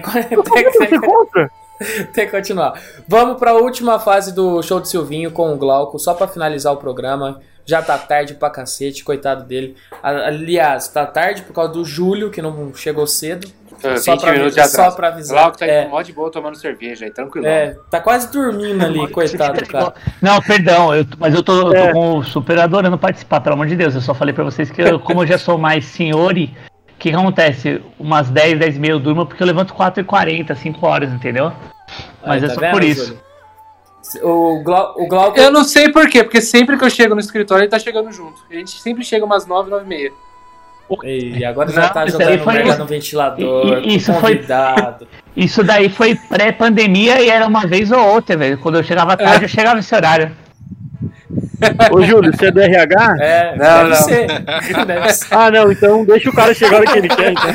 S2: que continuar. Vamos pra última fase do show de Silvinho com o Glauco, só pra finalizar o programa. Já tá tarde pra cacete, coitado dele. Aliás, tá tarde por causa do Júlio, que não chegou cedo.
S5: 20 minutos de atraso.
S2: Só pra avisar.
S5: Glauco tá aí com mó de boa tomando cerveja aí, tranquilo.
S2: Tá quase dormindo ali, coitado, cara.
S8: Não, perdão, mas eu tô super adorando participar, pelo amor de Deus. Eu só falei pra vocês que como eu já sou mais senhori, que acontece? Umas 10h30 eu durmo porque eu levanto 4h40, 5 horas, entendeu? Mas
S2: tá
S8: é só
S2: vendo,
S8: por isso.
S2: O Glauco...
S5: Eu não sei por quê, porque sempre que eu chego no escritório ele tá chegando junto. A gente sempre chega umas 9, 9h30.
S2: E agora já tá jogando merda no ventilador, convidado.
S8: Isso daí foi pré-pandemia e era uma vez ou outra, velho. Quando eu chegava tarde, eu chegava nesse horário.
S3: Ô, Júlio, você é do RH?
S2: Deve ser.
S3: Ah, não, então deixa o cara chegar a hora que ele quer, então.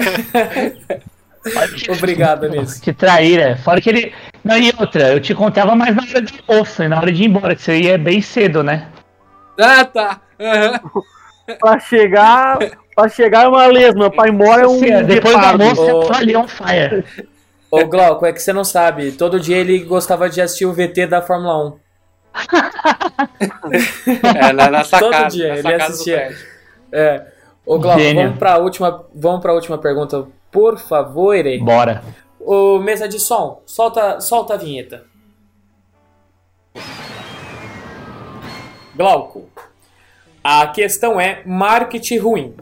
S2: Obrigado, Anísio.
S8: Que traíra. Fora que ele... Não, e outra, eu te contava mais na hora do almoço e na hora de ir embora, que você ia bem cedo, né?
S5: Ah, tá. Uhum.
S3: Pra chegar é uma lesma, pra ir embora é um...
S8: Depois do almoço, eu tô ali on fire.
S2: Ô, Glauco, é que você não sabe. Todo dia ele gostava de assistir o VT da Fórmula 1.
S5: Na sacada.
S2: Todo dia ele assistia. Ô, Glauco, vamos pra última pergunta, por favor.
S8: Bora.
S2: Ô, mesa de som, solta a vinheta. Glauco, a questão é marketing ruim.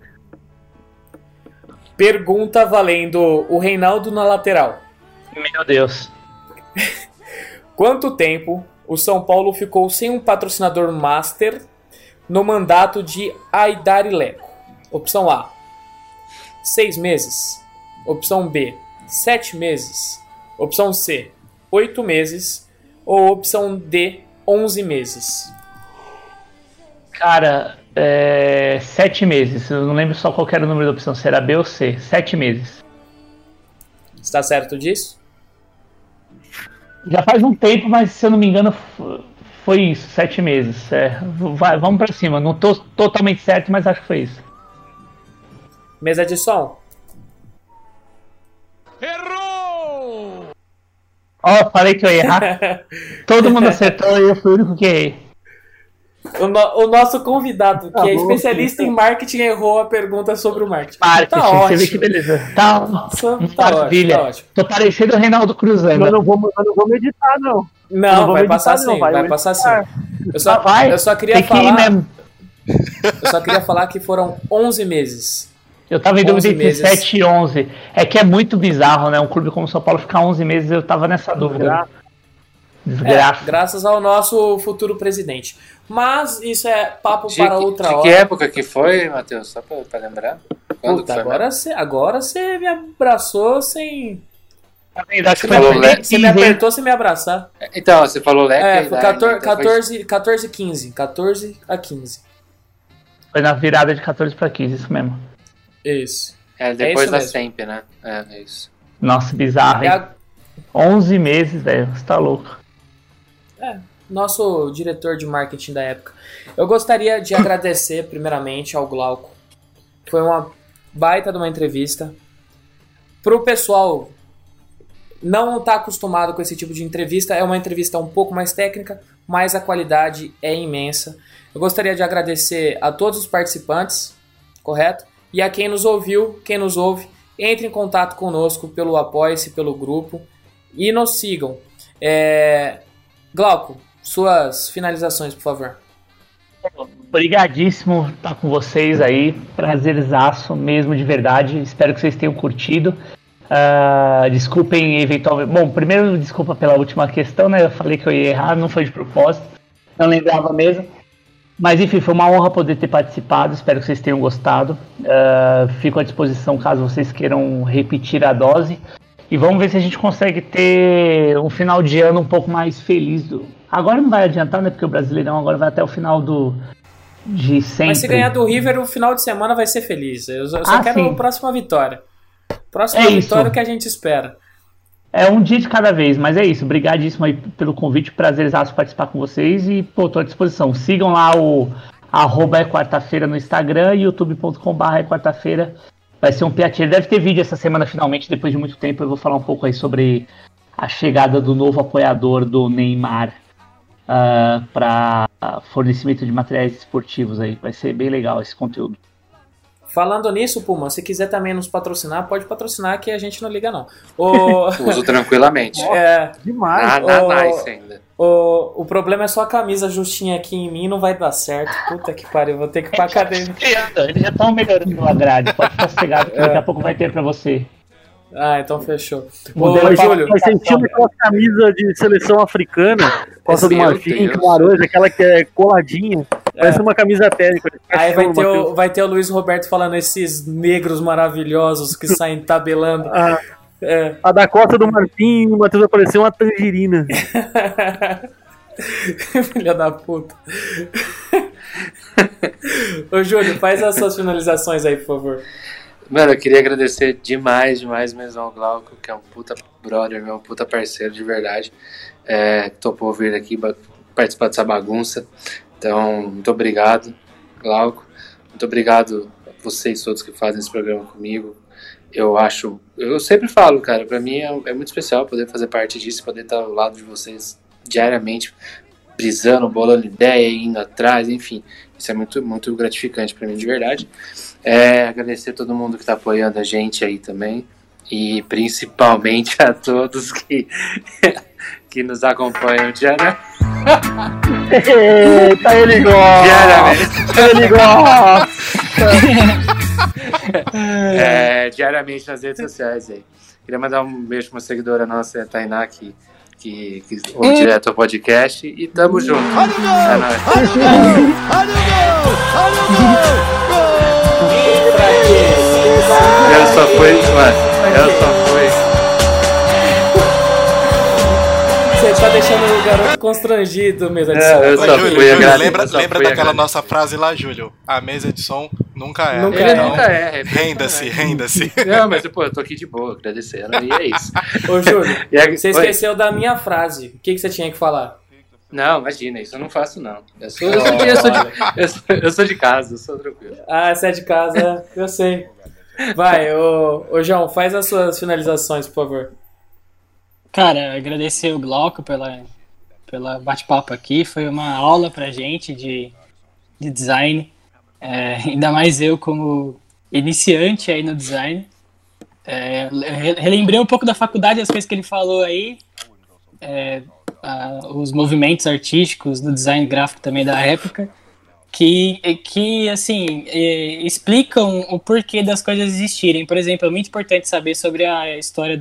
S2: Pergunta valendo o Reinaldo na lateral.
S8: Meu Deus.
S2: Quanto tempo o São Paulo ficou sem um patrocinador master no mandato de Aidar e Leco? Opção A, 6 meses. Opção B, 7 meses. Opção C, 8 meses. Ou opção D, 11 meses.
S8: Cara, 7 meses. Eu não lembro só qual era o número da opção, se era B ou C. 7 meses.
S2: Está certo disso?
S8: Já faz um tempo, mas se eu não me engano foi isso, 7 meses. Vamos pra cima, não tô totalmente certo, mas acho que foi isso.
S2: Mesa de som.
S8: Errou! Ó, falei que eu ia errar. Todo mundo acertou e eu fui o único que errei.
S2: O nosso convidado, que é especialista em marketing, errou a pergunta sobre o marketing.
S8: Tá ótimo. Você vê que beleza. Tá maravilha.
S2: Tá ótimo.
S8: Tô parecendo o Reinaldo Cruzando.
S3: Eu não vou editar, não.
S2: Não, vai passar sim. Vai passar sim. Eu só queria falar. Eu só queria falar que foram 11 meses.
S8: Eu tava em dúvida entre 7 e 11. É que é muito bizarro, né? Um clube como o São Paulo ficar 11 meses, eu tava nessa dúvida. Desgraça.
S2: Graças ao nosso futuro presidente. Mas isso é papo para outra hora.
S5: De que época que foi, Matheus? Só pra lembrar. Quando
S2: Puta, agora você me abraçou sem...
S8: Você
S2: me apertou sem me abraçar.
S5: Então, você falou Leque.
S2: Foi 14 15. 14 a 15.
S8: Foi na virada de 14 para 15, isso mesmo.
S2: Isso.
S5: Depois da Semp, né? É isso.
S8: Nossa, bizarro, hein? 11 meses, velho. Você tá louco.
S2: Nosso diretor de marketing da época. Eu gostaria de agradecer primeiramente ao Glauco. Foi uma baita de uma entrevista. Pro pessoal não tá acostumado com esse tipo de entrevista, é uma entrevista um pouco mais técnica, mas a qualidade é imensa. Eu gostaria de agradecer a todos os participantes, correto? E a quem nos ouviu, quem nos ouve, entre em contato conosco pelo Apoia-se, pelo grupo e nos sigam. Glauco, suas finalizações, por favor.
S8: Obrigadíssimo estar com vocês aí, prazerzaço mesmo, de verdade. Espero que vocês tenham curtido. Desculpem eventualmente. Bom, primeiro desculpa pela última questão, né? Eu falei que eu ia errar, não foi de propósito, não lembrava mesmo. Mas enfim, foi uma honra poder ter participado. Espero que vocês tenham gostado. Fico à disposição caso vocês queiram repetir a dose. E vamos ver se a gente consegue ter um final de ano um pouco mais feliz. Agora não vai adiantar, né? Porque o Brasileirão agora vai até o final de sempre.
S2: Mas se ganhar do River, o final de semana vai ser feliz. Eu só quero a próxima vitória. Próxima vitória que a gente espera.
S8: É um dia de cada vez, mas é isso. Obrigadíssimo aí pelo convite. Prazerzaço participar com vocês. E, tô à disposição. Sigam lá o @quarta-feira no Instagram e youtube.com/quarta-feira. Vai ser um piatinho. Deve ter vídeo essa semana finalmente, depois de muito tempo. Eu vou falar um pouco aí sobre a chegada do novo apoiador do Neymar para fornecimento de materiais esportivos aí. Vai ser bem legal esse conteúdo.
S2: Falando nisso, Puma, se quiser também nos patrocinar, pode patrocinar que a gente não liga, não.
S5: Uso tranquilamente.
S3: Demais.
S5: Nice ainda.
S2: O problema é só a camisa justinha aqui em mim, não vai dar certo. Puta que pariu, vou ter que ir pra academia.
S8: Eles já estão melhorando a grade, pode ficar sossegado, que daqui a pouco vai ter pra você.
S2: Ah, então fechou.
S3: Júlio, mas sentindo aquela camisa de seleção africana, Costa do Marfim, laranja, aquela que é coladinha, parece uma camisa térmica.
S2: Aí vai ter o Luiz Roberto falando esses negros maravilhosos que saem tabelando.
S3: A da Costa do Marfim, o Matheus apareceu uma tangerina.
S2: Filha da puta. Ô Júlio, faz as suas finalizações aí, por favor.
S5: Mano, eu queria agradecer demais mesmo ao Glauco, que é um puta brother, um puta parceiro de verdade. Topou vir aqui participar dessa bagunça. Então, muito obrigado, Glauco. Muito obrigado a vocês todos que fazem esse programa comigo. Eu sempre falo, cara, pra mim é muito especial poder fazer parte disso, poder estar ao lado de vocês diariamente, brisando, bolando ideia, indo atrás, enfim. Isso é muito, muito gratificante pra mim, de verdade. Agradecer a todo mundo que tá apoiando a gente aí também. E principalmente a todos que nos acompanham diariamente.
S3: Eita, ele gosta! Ele gosta!
S5: Diariamente nas redes sociais aí. Queria mandar um beijo pra uma seguidora nossa, a Tainá, que ouve direto ao podcast. E tamo junto. É nóis. Eu só fui.
S2: Você tá deixando o garoto constrangido mesmo.
S10: Júlio, lembra daquela nossa frase lá, Júlio? A mesa de som nunca erra.
S5: Nunca erra.
S10: Renda-se.
S5: Não, mas eu tô aqui de boa, agradecendo, e é isso.
S2: Ô, Júlio, você esqueceu da minha frase. O que você tinha que falar?
S5: Não, imagina, isso eu não faço, não. Eu sou de casa, eu sou tranquilo.
S2: Ah, você é de casa, eu sei. Vai, ô João, faz as suas finalizações, por favor.
S9: Cara, agradecer o Glauco pela bate-papo aqui. Foi uma aula pra gente de design. Ainda mais eu como iniciante aí no design. Relembrei um pouco da faculdade, as coisas que ele falou aí. Os movimentos artísticos do design gráfico também da época. Que assim, explicam o porquê das coisas existirem. Por exemplo, é muito importante saber sobre a história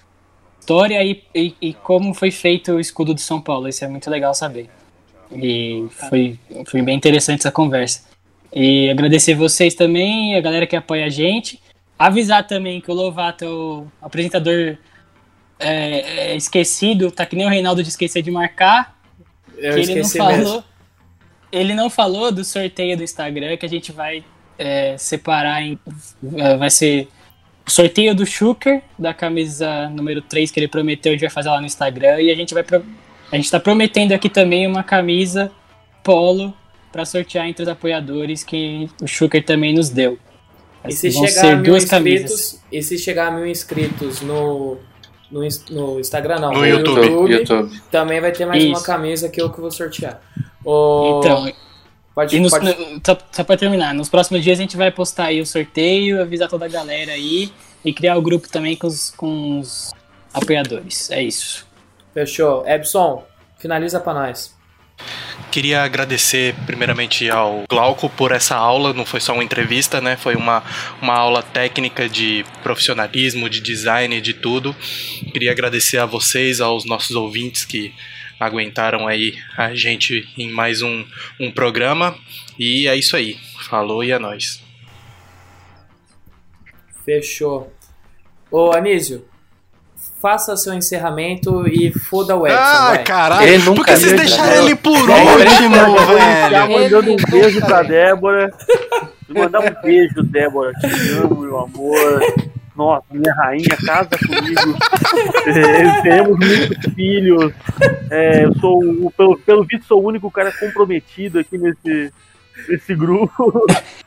S9: e como foi feito o escudo de São Paulo. Isso é muito legal saber. E foi bem interessante essa conversa. E agradecer vocês também, a galera que apoia a gente. Avisar também que o Lovato é o apresentador esquecido, tá que nem o Reinaldo de esquecer de marcar. Ele não falou do sorteio do Instagram, que a gente vai separar vai ser o sorteio do Schuker, da camisa número 3 que ele prometeu, a gente vai fazer lá no Instagram. E a gente tá prometendo aqui também uma camisa polo para sortear entre os apoiadores que o Schuker também nos deu.
S2: E se chegar a 1.000 inscritos no Instagram, não,
S10: no YouTube,
S2: também vai ter mais uma camisa que eu que vou sortear. Então,
S9: só pra terminar, nos próximos dias a gente vai postar aí o sorteio, avisar toda a galera aí e criar o grupo também com os apoiadores. É isso.
S2: Fechou. Ebson, finaliza pra nós.
S10: Queria agradecer primeiramente ao Glauco por essa aula, não foi só uma entrevista, né? Foi uma aula técnica de profissionalismo, de design, de tudo. Queria agradecer a vocês, aos nossos ouvintes que aguentaram aí a gente em mais um programa. E é isso aí. Falou e é nóis.
S2: Fechou. Ô, Anísio, faça seu encerramento e foda o Edson.
S10: Caralho, por que vocês deixaram ele por último, velho?
S3: Mandando um beijo pra Débora. Vou mandar um beijo, Débora. Te amo, meu amor. Nossa, minha rainha, casa comigo. Temos muitos filhos. Eu sou, pelo visto, sou o único cara comprometido aqui nesse grupo.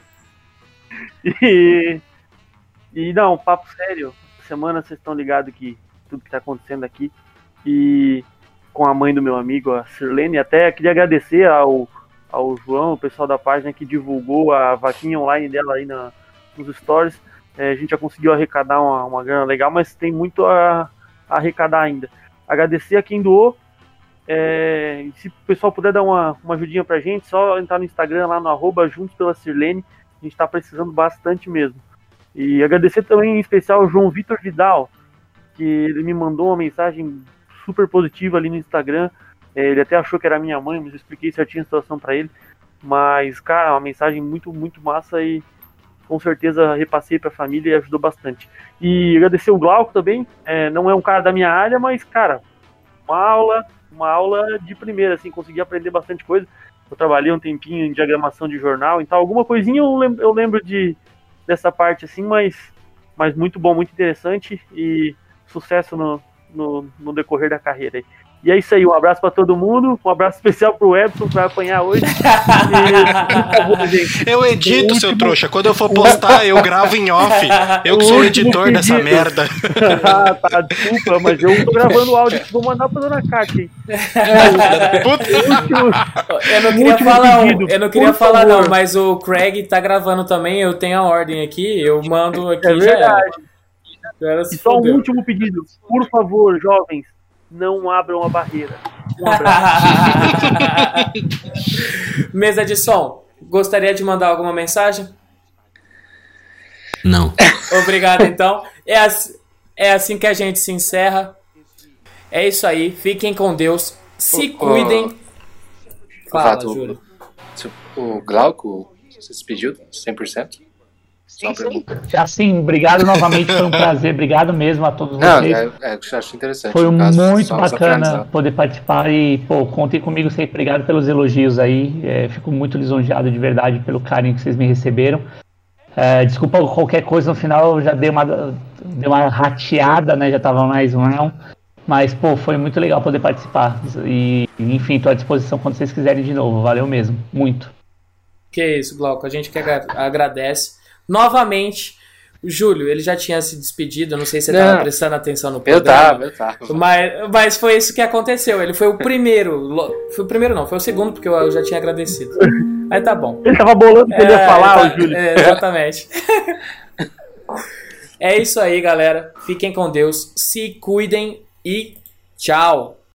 S3: E não, papo sério. Semana vocês estão ligados que tudo que tá acontecendo aqui. E com a mãe do meu amigo, a Sirlene, até queria agradecer ao João, o pessoal da página que divulgou a vaquinha online dela aí nos stories. A gente já conseguiu arrecadar uma grana legal, mas tem muito a arrecadar ainda. Agradecer a quem doou. Se o pessoal puder dar uma ajudinha pra gente, só entrar no Instagram lá no @JuntosPelaSirlene. A gente tá precisando bastante mesmo. E agradecer também em especial ao João Vitor Vidal, que ele me mandou uma mensagem super positiva ali no Instagram. Ele até achou que era minha mãe, mas eu expliquei certinho a situação pra ele. Mas, cara, uma mensagem muito, muito massa e com certeza repassei pra família e ajudou bastante. E agradecer o Glauco também, não é um cara da minha área, mas, cara, uma aula de primeira, assim, consegui aprender bastante coisa. Eu trabalhei um tempinho em diagramação de jornal, então alguma coisinha eu lembro dessa parte, assim, mas muito bom, muito interessante e sucesso no decorrer da carreira aí. E é isso aí, um abraço pra todo mundo, um abraço especial pro Ebson, que vai apanhar hoje. Por favor, gente.
S10: Eu edito, seu trouxa. Quando eu for postar, eu gravo em off. Eu que sou o editor dessa merda.
S3: Tá, desculpa, mas eu tô gravando o áudio, vou mandar pra dona Kátia.
S2: Eu não queria falar não, mas o Craig tá gravando também, eu tenho a ordem aqui, eu mando aqui.
S3: É verdade. E só um último pedido, por favor, jovens, não abram a barreira. Um abraço.
S2: Mesa de som, gostaria de mandar alguma mensagem?
S12: Não.
S2: Obrigado, então. É assim que a gente se encerra. É isso aí. Fiquem com Deus. Se cuidem. Fala, Júlio.
S5: O Glauco se despediu 100%?
S8: Assim, obrigado novamente, foi um prazer, obrigado mesmo a todos vocês.
S5: Eu acho interessante.
S8: Foi muito bacana poder participar e, contem comigo sempre, obrigado pelos elogios aí, fico muito lisonjeado de verdade pelo carinho que vocês me receberam. Desculpa qualquer coisa, no final eu já dei uma rateada, né, já tava mais um, mas, foi muito legal poder participar e, enfim, tô à disposição quando vocês quiserem de novo, valeu mesmo, muito.
S2: Que isso, Glauco, a gente que agradece. Novamente, o Júlio, ele já tinha se despedido, não sei se você estava prestando atenção no programa.
S5: Eu tava.
S2: Mas foi isso que aconteceu, ele foi o primeiro. Foi o primeiro não, foi o segundo, porque eu já tinha agradecido. Aí tá bom.
S3: Ele tava bolando o que ele ia falar, o Júlio.
S2: Exatamente. É isso aí, galera. Fiquem com Deus, se cuidem e tchau.